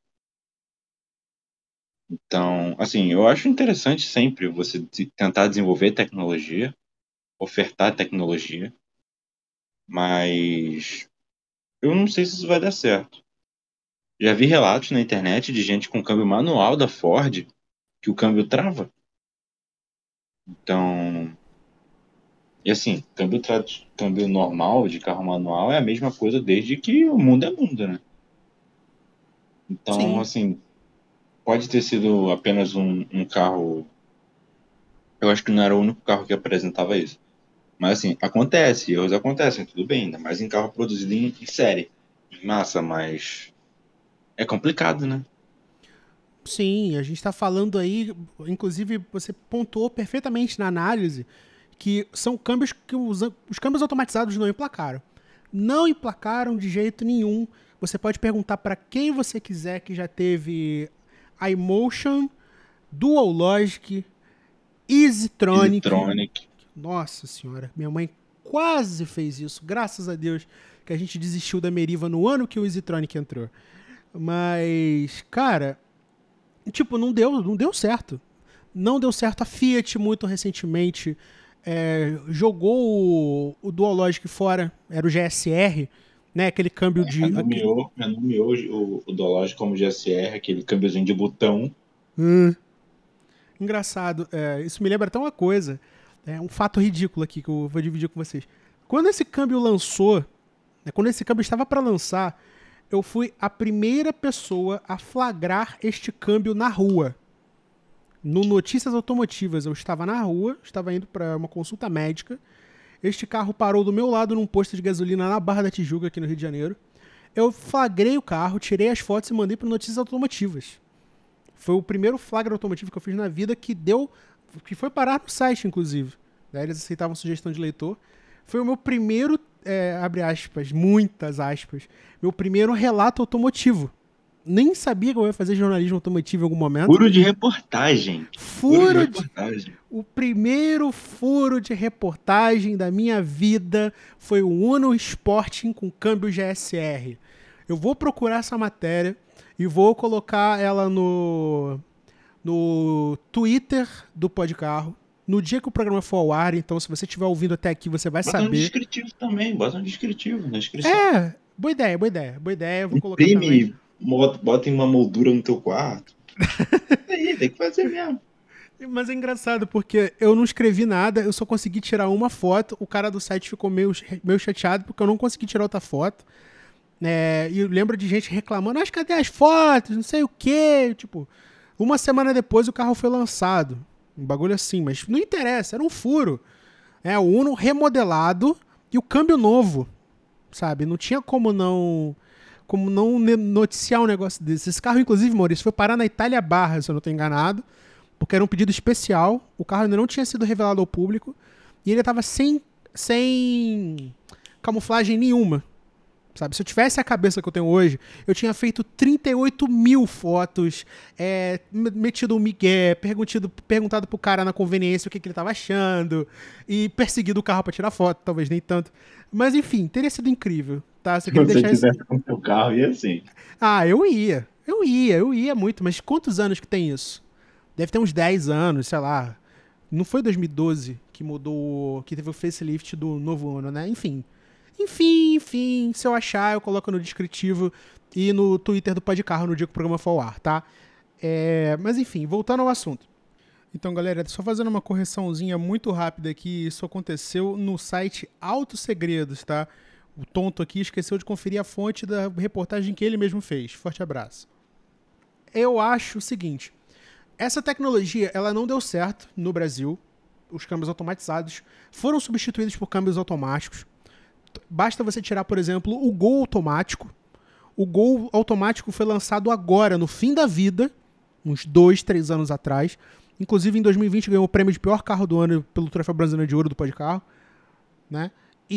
Speaker 2: Então, assim, eu acho interessante sempre você tentar desenvolver tecnologia, ofertar tecnologia, mas eu não sei se isso vai dar certo. Já vi relatos na internet de gente com câmbio manual da Ford que o câmbio trava. Então, e assim, câmbio, tra... câmbio normal de carro manual é a mesma coisa desde que o mundo é mundo, né? Então,
Speaker 1: Sim.
Speaker 2: assim, pode ter sido apenas um, um carro. Eu acho que não era o único carro que apresentava isso. Mas assim, acontece, erros acontecem, tudo bem, ainda mais em carro produzido em, em série, em massa, mas é complicado, né?
Speaker 1: Sim, a gente está falando aí, inclusive você pontuou perfeitamente na análise, que são câmbios que os, os câmbios automatizados não emplacaram. Não emplacaram de jeito nenhum. Você pode perguntar para quem você quiser que já teve iMotion, Dual Logic, Easytronic.
Speaker 2: Electronic.
Speaker 1: Nossa senhora, minha mãe quase fez isso. Graças a Deus que a gente desistiu da Meriva no ano que o Easytronic entrou. Mas, cara, tipo, não deu, não deu certo. Não deu certo. A Fiat, muito recentemente, é, jogou o, o Dual Logic fora. Era o G S R, né? Aquele câmbio de...
Speaker 2: Renomeou, renomeou o, o Dualogic como G S R, aquele câmbiozinho de botão.
Speaker 1: Hum, engraçado. É, isso me lembra até uma coisa. É um fato ridículo aqui que eu vou dividir com vocês. Quando esse câmbio lançou, né, quando esse câmbio estava para lançar, eu fui a primeira pessoa a flagrar este câmbio na rua. No Notícias Automotivas, eu estava na rua, estava indo para uma consulta médica. Este carro parou do meu lado num posto de gasolina na Barra da Tijuca, aqui no Rio de Janeiro. Eu flagrei o carro, tirei as fotos e mandei para Notícias Automotivas. Foi o primeiro flagra automotivo que eu fiz na vida que deu, que foi parar no site, inclusive. Daí eles aceitavam sugestão de leitor. Foi o meu primeiro, é, abre aspas, muitas aspas, meu primeiro relato automotivo. Nem sabia que eu ia fazer jornalismo automotivo em algum momento.
Speaker 2: Furo de reportagem.
Speaker 1: Furo,
Speaker 2: furo
Speaker 1: de,
Speaker 2: de reportagem.
Speaker 1: O primeiro furo de reportagem da minha vida foi o Uno Sporting com câmbio G S R. Eu vou procurar essa matéria e vou colocar ela no, no Twitter do Podcarro. No dia que o programa for ao ar, então se você estiver ouvindo até aqui, você vai
Speaker 2: bota
Speaker 1: saber.
Speaker 2: Bota um descritivo também, bota um descritivo na descrição.
Speaker 1: É, boa ideia, boa ideia, boa ideia, eu vou colocar
Speaker 2: Imprime,
Speaker 1: também.
Speaker 2: Bota, bota em uma moldura no teu quarto. Isso aí, tem que fazer mesmo.
Speaker 1: Mas é engraçado, porque eu não escrevi nada, eu só consegui tirar uma foto, o cara do site ficou meio, meio chateado porque eu não consegui tirar outra foto. É, e eu lembro de gente reclamando, mas cadê as fotos, não sei o quê. Tipo, uma semana depois o carro foi lançado. Um bagulho assim, mas não interessa, era um furo. É, o Uno remodelado, E o câmbio novo, sabe? Não tinha como não como não noticiar um negócio desse. Esse carro, inclusive, Maurício, foi parar na Itália Barra, se eu não estou enganado, porque era um pedido especial. O carro ainda não tinha sido revelado ao público e ele estava sem, sem camuflagem nenhuma. Sabe? Se eu tivesse a cabeça que eu tenho hoje, eu tinha feito trinta e oito mil fotos, é, metido um migué, perguntado, perguntado pro cara na conveniência o que, que ele tava achando, e perseguido o carro pra tirar foto, talvez nem tanto. Mas enfim, teria sido incrível, tá? Se
Speaker 2: Se você
Speaker 1: deixar
Speaker 2: tivesse
Speaker 1: isso...
Speaker 2: com o seu carro, ia assim.
Speaker 1: Ah, eu ia, eu ia, eu ia muito, mas quantos anos que tem isso? Deve ter uns dez anos, sei lá. Não foi dois mil e doze que mudou, que teve o facelift do novo ano, né? Enfim... Enfim, enfim, se eu achar, eu coloco no descritivo e no Twitter do Podcarro no dia que o programa for ao ar, tá? É, mas enfim, voltando ao assunto. Então, galera, só fazendo uma correçãozinha muito rápida aqui, isso aconteceu no site Autos Segredos, tá? O tonto aqui esqueceu de conferir a fonte da reportagem que ele mesmo fez. Forte abraço. Eu acho o seguinte, essa tecnologia, ela não deu certo no Brasil. Os câmbios automatizados foram substituídos por câmbios automáticos. Basta você tirar, por exemplo, o Gol automático. O Gol automático foi lançado agora, no fim da vida, uns dois, três anos atrás. Inclusive, em dois mil e vinte, ganhou o prêmio de pior carro do ano pelo Troféu Brasileiro de Ouro do Podcarro, né?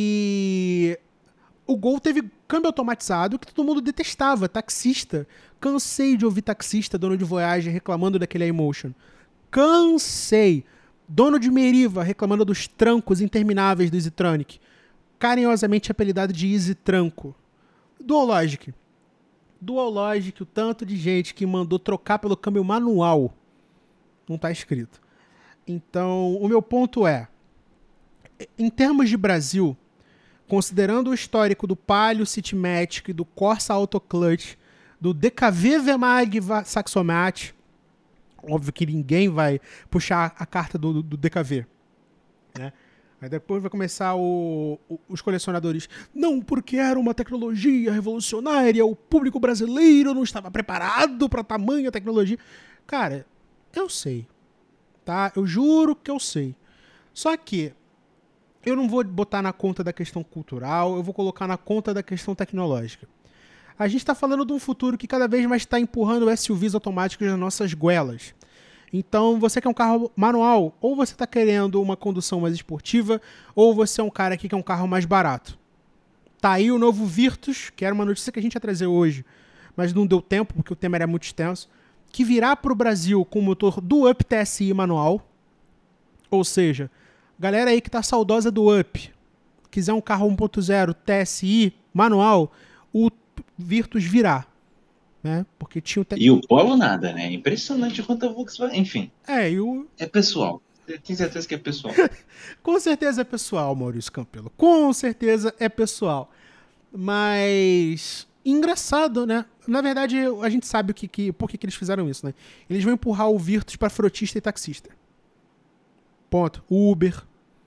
Speaker 1: E o Gol teve câmbio automatizado que todo mundo detestava, taxista. Cansei de ouvir taxista, dono de Voyager, reclamando daquele iMotion. Cansei. Dono de Meriva, reclamando dos trancos intermináveis do EasyTronic. Carinhosamente apelidado de Easy Tranco. Dualogic. Dualogic, o tanto de gente que mandou trocar pelo câmbio manual. Não está escrito. Então, o meu ponto é, em termos de Brasil, considerando o histórico do Palio Citymatic, do Corsa Autoclutch, do D K V V-Mag Saxomat, óbvio que ninguém vai puxar a carta do, do D K V, né? Aí depois vai começar o, o, os colecionadores. Não, porque era uma tecnologia revolucionária, o público brasileiro não estava preparado para tamanha tecnologia. Cara, eu sei, tá? Eu juro que eu sei. Só que eu não vou botar na conta da questão cultural, eu vou colocar na conta da questão tecnológica. A gente está falando de um futuro que cada vez mais está empurrando S U Vs automáticos nas nossas goelas. Então, você quer um carro manual, ou você está querendo uma condução mais esportiva, ou você é um cara que quer um carro mais barato. Tá aí o novo Virtus, que era uma notícia que a gente ia trazer hoje, mas não deu tempo, porque o tema era muito extenso, que virá para o Brasil com o motor do Up T S I manual. Ou seja, galera aí que tá saudosa do Up, quiser um carro um ponto zero T S I manual, o Virtus virá. Né? Porque tinha o te...
Speaker 2: E o Polo nada, né? Impressionante quanto a Volkswagen. Enfim.
Speaker 1: É, e o...
Speaker 2: É pessoal. Tenho certeza que é pessoal.
Speaker 1: Com certeza é pessoal, Maurício Campelo. Com certeza é pessoal. Mas... engraçado, né? Na verdade, a gente sabe o que, que, por que, que eles fizeram isso, né? Eles vão empurrar o Virtus para frotista e taxista. Ponto. Uber.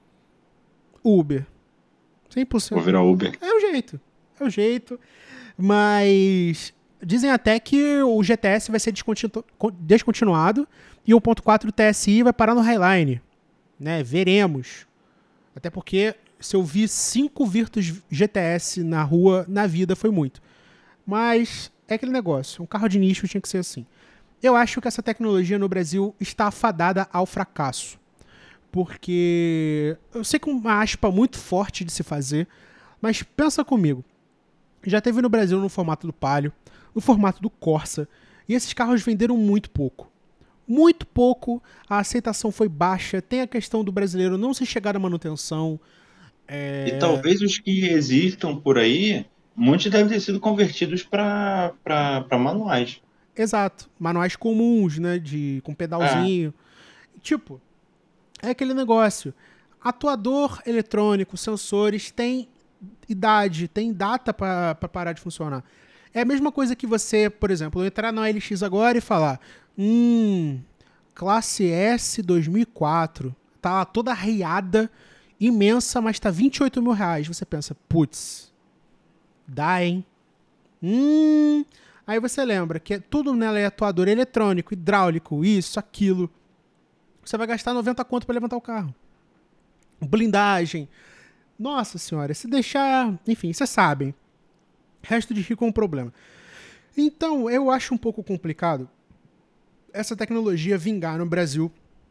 Speaker 1: Uber. cem por cento.
Speaker 2: Vou virar Uber.
Speaker 1: É o jeito. É o jeito. Mas... dizem até que o G T S vai ser descontinu... descontinuado e o um ponto quatro T S I vai parar no Highline. Né? Veremos. Até porque se eu vi cinco Virtus G T S na rua, na vida, foi muito. Mas é aquele negócio. Um carro de nicho tinha que ser assim. Eu acho que essa tecnologia no Brasil está afadada ao fracasso. Porque eu sei que é uma aspa muito forte de se fazer, mas pensa comigo. Já teve no Brasil no formato do Palio, no formato do Corsa, e esses carros venderam muito pouco. Muito pouco, a aceitação foi baixa, tem a questão do brasileiro não se chegar à manutenção. É...
Speaker 2: E talvez os que existam por aí, muitos devem ter sido convertidos para manuais.
Speaker 1: Exato, manuais comuns, né, de, com pedalzinho. É. Tipo, é aquele negócio, atuador eletrônico, sensores, tem idade, tem data para parar de funcionar. É a mesma coisa que você, por exemplo, entrar na L X agora e falar hum, classe S dois mil e quatro, tá lá toda arreiada, imensa, mas tá vinte e oito mil reais. Você pensa, putz, dá, hein? Hum... Aí você lembra que tudo nela é atuador eletrônico, hidráulico, isso, aquilo. Você vai gastar noventa conto para levantar o carro. Blindagem. Nossa senhora, se deixar... Enfim, vocês sabem. Resto de rico é um problema. Então, eu acho um pouco complicado essa tecnologia vingar no Brasil,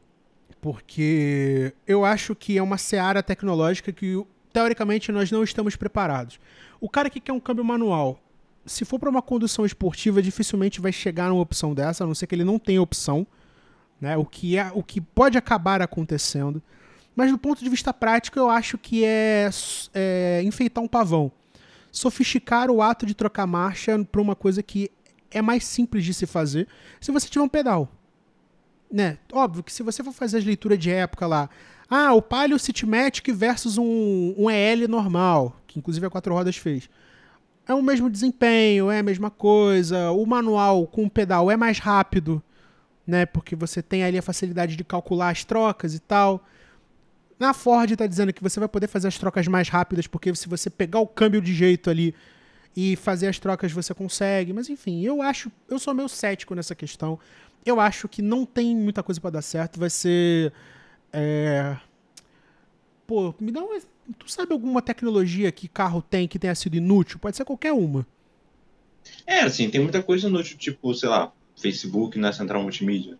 Speaker 1: porque eu acho que é uma seara tecnológica que, teoricamente, nós não estamos preparados. O cara que quer um câmbio manual, se for para uma condução esportiva, dificilmente vai chegar numa opção dessa, a não ser que ele não tenha opção, né? O que, é, o que pode acabar acontecendo. Mas do ponto de vista prático, eu acho que é, é enfeitar um pavão. Sofisticar o ato de trocar marcha para uma coisa que é mais simples de se fazer se você tiver um pedal. Né? Óbvio que se você for fazer as leituras de época lá, ah, o Palio Citymatic versus um, um E L normal, que inclusive a Quatro Rodas fez. É o mesmo desempenho, é a mesma coisa, o manual com o pedal é mais rápido, né? Porque você tem ali a facilidade de calcular as trocas e tal. Na Ford está dizendo que você vai poder fazer as trocas mais rápidas, porque se você pegar o câmbio de jeito ali e fazer as trocas você consegue. Mas enfim, eu acho, eu sou meio cético nessa questão. Eu acho que não tem muita coisa para dar certo. Vai ser, é... pô, me dá uma, tu sabe alguma tecnologia que carro tem que tenha sido inútil? Pode ser qualquer uma.
Speaker 2: É, assim, tem muita coisa inútil, tipo, sei lá, Facebook na central multimídia.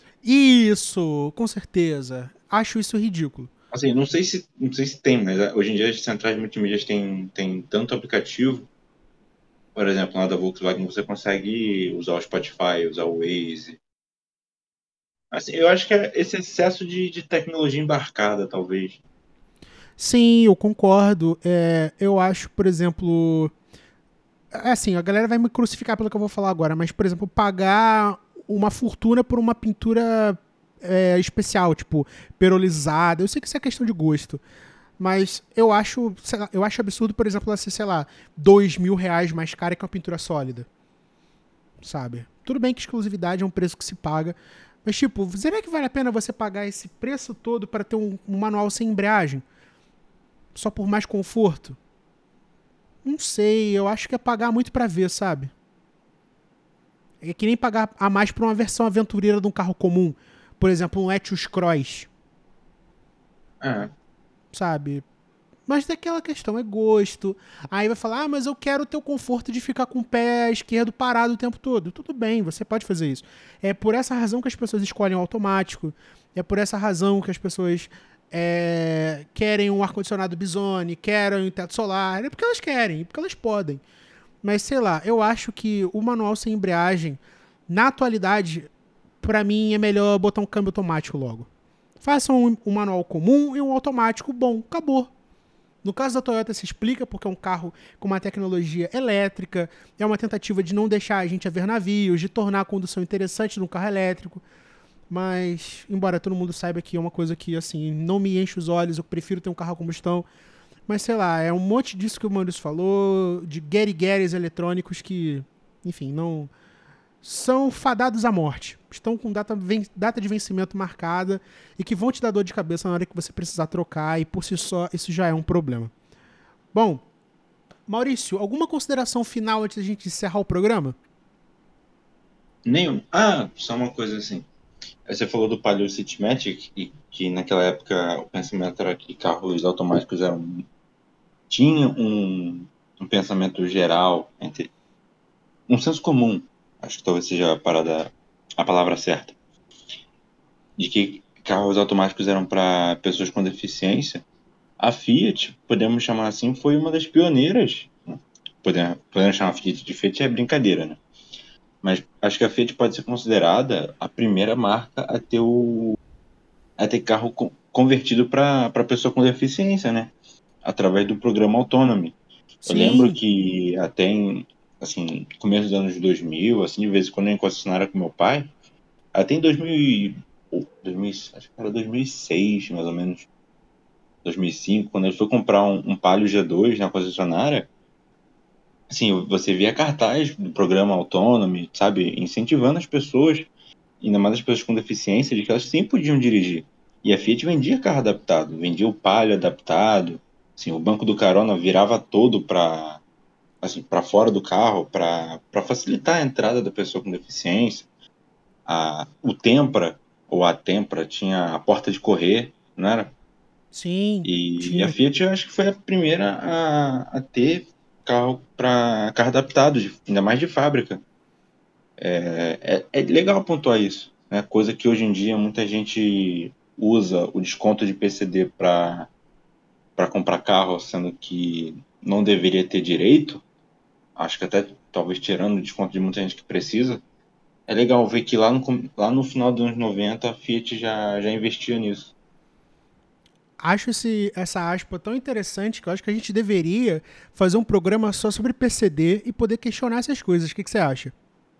Speaker 1: Isso, com certeza. Acho isso ridículo.
Speaker 2: Assim, não sei se, não sei se tem, mas ah, hoje em dia as centrais multimídias têm, têm tanto aplicativo. Por exemplo, lá da Volkswagen você consegue usar o Spotify, usar o Waze. Assim, eu acho que é esse excesso de, de tecnologia embarcada, talvez.
Speaker 1: Sim, eu concordo. É, eu acho, por exemplo, é assim, a galera vai me crucificar pelo que eu vou falar agora, mas, por exemplo, pagar uma fortuna por uma pintura é, especial, tipo, perolizada. Eu sei que isso é questão de gosto, mas eu acho, sei lá, eu acho absurdo, por exemplo, ela ser, sei lá, dois mil reais mais cara que uma pintura sólida, sabe? Tudo bem que exclusividade é um preço que se paga, mas, tipo, será que vale a pena você pagar esse preço todo para ter um, um manual sem embreagem? Só por mais conforto? Não sei, eu acho que é pagar muito pra ver, sabe? É que nem pagar a mais por uma versão aventureira de um carro comum. Por exemplo, um Etios Cross,
Speaker 2: É.
Speaker 1: sabe? Mas daquela questão é gosto. Aí vai falar, ah, mas eu quero ter o conforto de ficar com o pé esquerdo parado o tempo todo. Tudo bem, você pode fazer isso. É por essa razão que as pessoas escolhem o automático. É por essa razão que as pessoas é, querem um ar-condicionado Bizone, querem um teto solar. É porque elas querem, é porque elas podem. Mas sei lá, eu acho que o manual sem embreagem, na atualidade, pra mim é melhor botar um câmbio automático logo. Façam um, um manual comum e um automático bom. Acabou. No caso da Toyota se explica porque é um carro com uma tecnologia elétrica, é uma tentativa de não deixar a gente a ver navios, de tornar a condução interessante no carro elétrico. Mas, embora todo mundo saiba que é uma coisa que, assim, não me enche os olhos, eu prefiro ter um carro a combustão. Mas, sei lá, é um monte disso que o Maurício falou, de guerigueres eletrônicos que, enfim, não... são fadados à morte. Estão com data, data de vencimento marcada e que vão te dar dor de cabeça na hora que você precisar trocar, e por si só isso já é um problema. Bom, Maurício, alguma consideração final antes da gente encerrar o programa?
Speaker 2: Nenhum. Ah, só uma coisa assim. Você falou do Palio Citymatic e que naquela época o pensamento era que carros automáticos eram tinha um, um pensamento geral entre um senso comum, acho que talvez seja a parada a palavra certa, de que carros automáticos eram para pessoas com deficiência. A Fiat, podemos chamar assim, foi uma das pioneiras. Né? Podemos, podemos chamar a Fiat de Fiat é brincadeira, né? Mas acho que a Fiat pode ser considerada a primeira marca a ter o a ter carro co- convertido para para pessoa com deficiência, né? Através do programa Autonomy. Eu lembro
Speaker 1: Sim,
Speaker 2: que até em, assim, começo dos anos dois mil, assim, de vez em quando eu ia em concessionária com meu pai, até em dois mil, e- ou dois mil, acho que era dois mil e seis, mais ou menos, dois mil e cinco, quando ele foi comprar um, um Palio G dois na concessionária, assim, você via cartaz do programa Autonomy, sabe, incentivando as pessoas, ainda mais as pessoas com deficiência, de que elas sim podiam dirigir. E a Fiat vendia carro adaptado, vendia o Palio adaptado, assim, o banco do carona virava todo para assim, para fora do carro, para facilitar a entrada da pessoa com deficiência. A, o Tempra, ou a Tempra, tinha a porta de correr, não era?
Speaker 1: Sim,
Speaker 2: E, e a
Speaker 1: tinha.
Speaker 2: Fiat eu acho que foi a primeira a, a ter carro para carro adaptado, de- ainda mais de fábrica. É, é, é legal pontuar isso, né? Coisa que hoje em dia muita gente usa o desconto de P C D para para comprar carro, sendo que não deveria ter direito. Acho que até talvez tirando o desconto de muita gente que precisa. É legal ver que lá no, com- lá no final dos anos noventa a Fiat já, já investia nisso.
Speaker 1: Acho esse, essa aspa tão interessante que eu acho que a gente deveria fazer um programa só sobre P C D e poder questionar essas coisas. O que, que você acha?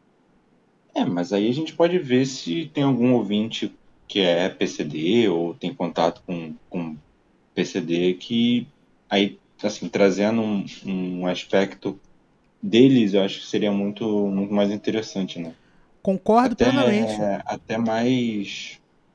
Speaker 2: É, mas aí a gente pode ver se tem algum ouvinte que é P C D ou tem contato com, com P C D que aí, assim, trazendo um, um aspecto deles, eu acho que seria muito, muito mais interessante, né?
Speaker 1: Concordo plenamente.
Speaker 2: Até, até mais.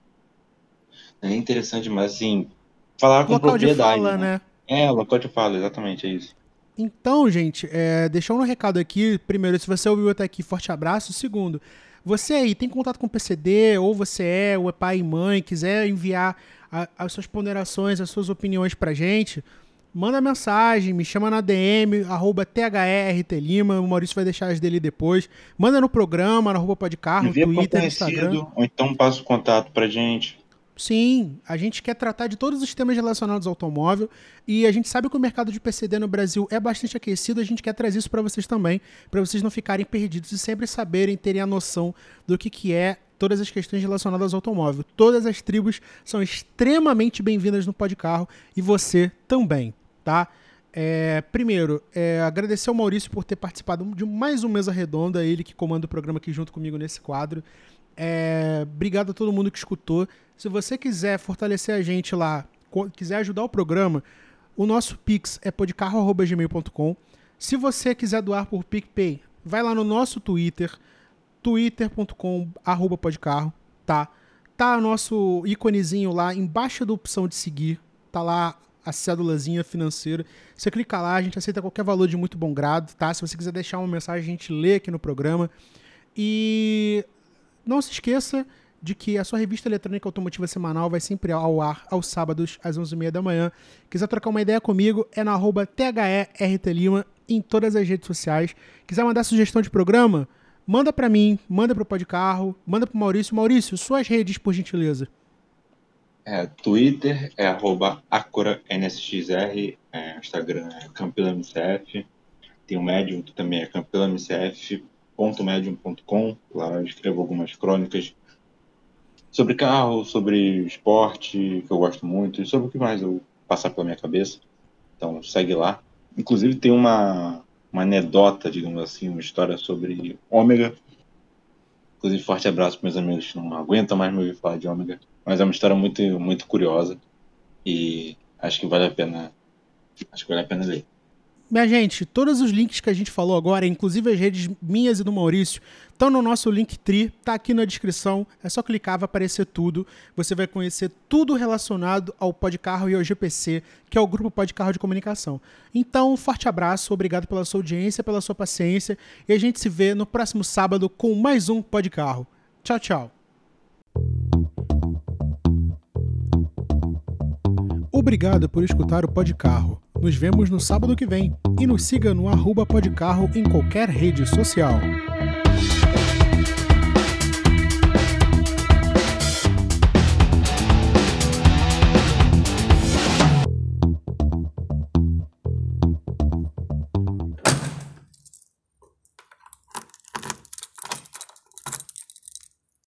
Speaker 2: Não é interessante, mas assim, falar com
Speaker 1: Local de
Speaker 2: propriedade,
Speaker 1: fala,
Speaker 2: né?
Speaker 1: né?
Speaker 2: É, o local de fala, exatamente, é isso.
Speaker 1: Então, gente, é, deixando um recado aqui. Primeiro, se você ouviu até aqui, forte abraço. Segundo, você aí tem contato com o P C D, ou você é, ou é pai e mãe, quiser enviar a- as suas ponderações, as suas opiniões pra gente, manda mensagem, me chama na D M, arroba T H E R T Lima, o Maurício vai deixar as dele depois. Manda no programa, na arroba Podcarro,
Speaker 2: Envia para um
Speaker 1: Twitter, Instagram.
Speaker 2: conhecido, ou então passa o contato pra gente.
Speaker 1: Sim, a gente quer tratar de todos os temas relacionados ao automóvel e a gente sabe que o mercado de P C D no Brasil é bastante aquecido, a gente quer trazer isso para vocês também, para vocês não ficarem perdidos e sempre saberem, terem a noção do que, que é todas as questões relacionadas ao automóvel. Todas as tribos são extremamente bem-vindas no Podcarro e você também, tá? É, primeiro, é, agradecer ao Maurício por ter participado de mais um Mesa Redonda, ele que comanda o programa aqui junto comigo nesse quadro. É, obrigado a todo mundo que escutou. Se você quiser fortalecer a gente lá, quiser ajudar o programa, o nosso Pix é podcarro arroba gmail ponto com. Se você quiser doar por PicPay, vai lá no nosso Twitter, twitter ponto com arroba podcarro, tá? Tá o nosso íconezinho lá embaixo da opção de seguir, tá lá a cédulazinha financeira. Você clica lá, a gente aceita qualquer valor de muito bom grado, tá? Se você quiser deixar uma mensagem, a gente lê aqui no programa. E não se esqueça de que a sua revista eletrônica automotiva semanal vai sempre ao ar aos sábados, às onze e meia da manhã. Quiser trocar uma ideia comigo, é na arroba T H E R T Lima em todas as redes sociais. Quiser mandar sugestão de programa, manda pra mim, manda pro Podcarro, manda pro Maurício. Maurício, suas redes, por gentileza.
Speaker 2: É, Twitter é arroba AcoraNSXR, é, Instagram é CampilaMCF, tem o Medium que também é campilamcf ponto medium ponto com, lá eu escrevo algumas crônicas sobre carro, sobre esporte, que eu gosto muito, e sobre o que mais eu passar pela minha cabeça. Então segue lá. Inclusive tem uma, uma anedota, digamos assim, uma história sobre ômega. Inclusive, forte abraço para meus amigos que não aguentam mais me ouvir falar de ômega. Mas é uma história muito, muito curiosa e acho que vale a pena, acho que vale a pena ler.
Speaker 1: Minha gente, todos os links que a gente falou agora, inclusive as redes minhas e do Maurício, estão no nosso Linktree, tá aqui na descrição, é só clicar, vai aparecer tudo. Você vai conhecer tudo relacionado ao Podcarro e ao G P C, que é o Grupo Podcarro de Comunicação. Então, um forte abraço, obrigado pela sua audiência, pela sua paciência, e a gente se vê no próximo sábado com mais um Podcarro. Tchau, tchau. Obrigado por escutar o Podcarro. Nos vemos no sábado que vem e nos siga no arroba Podcarro em qualquer rede social.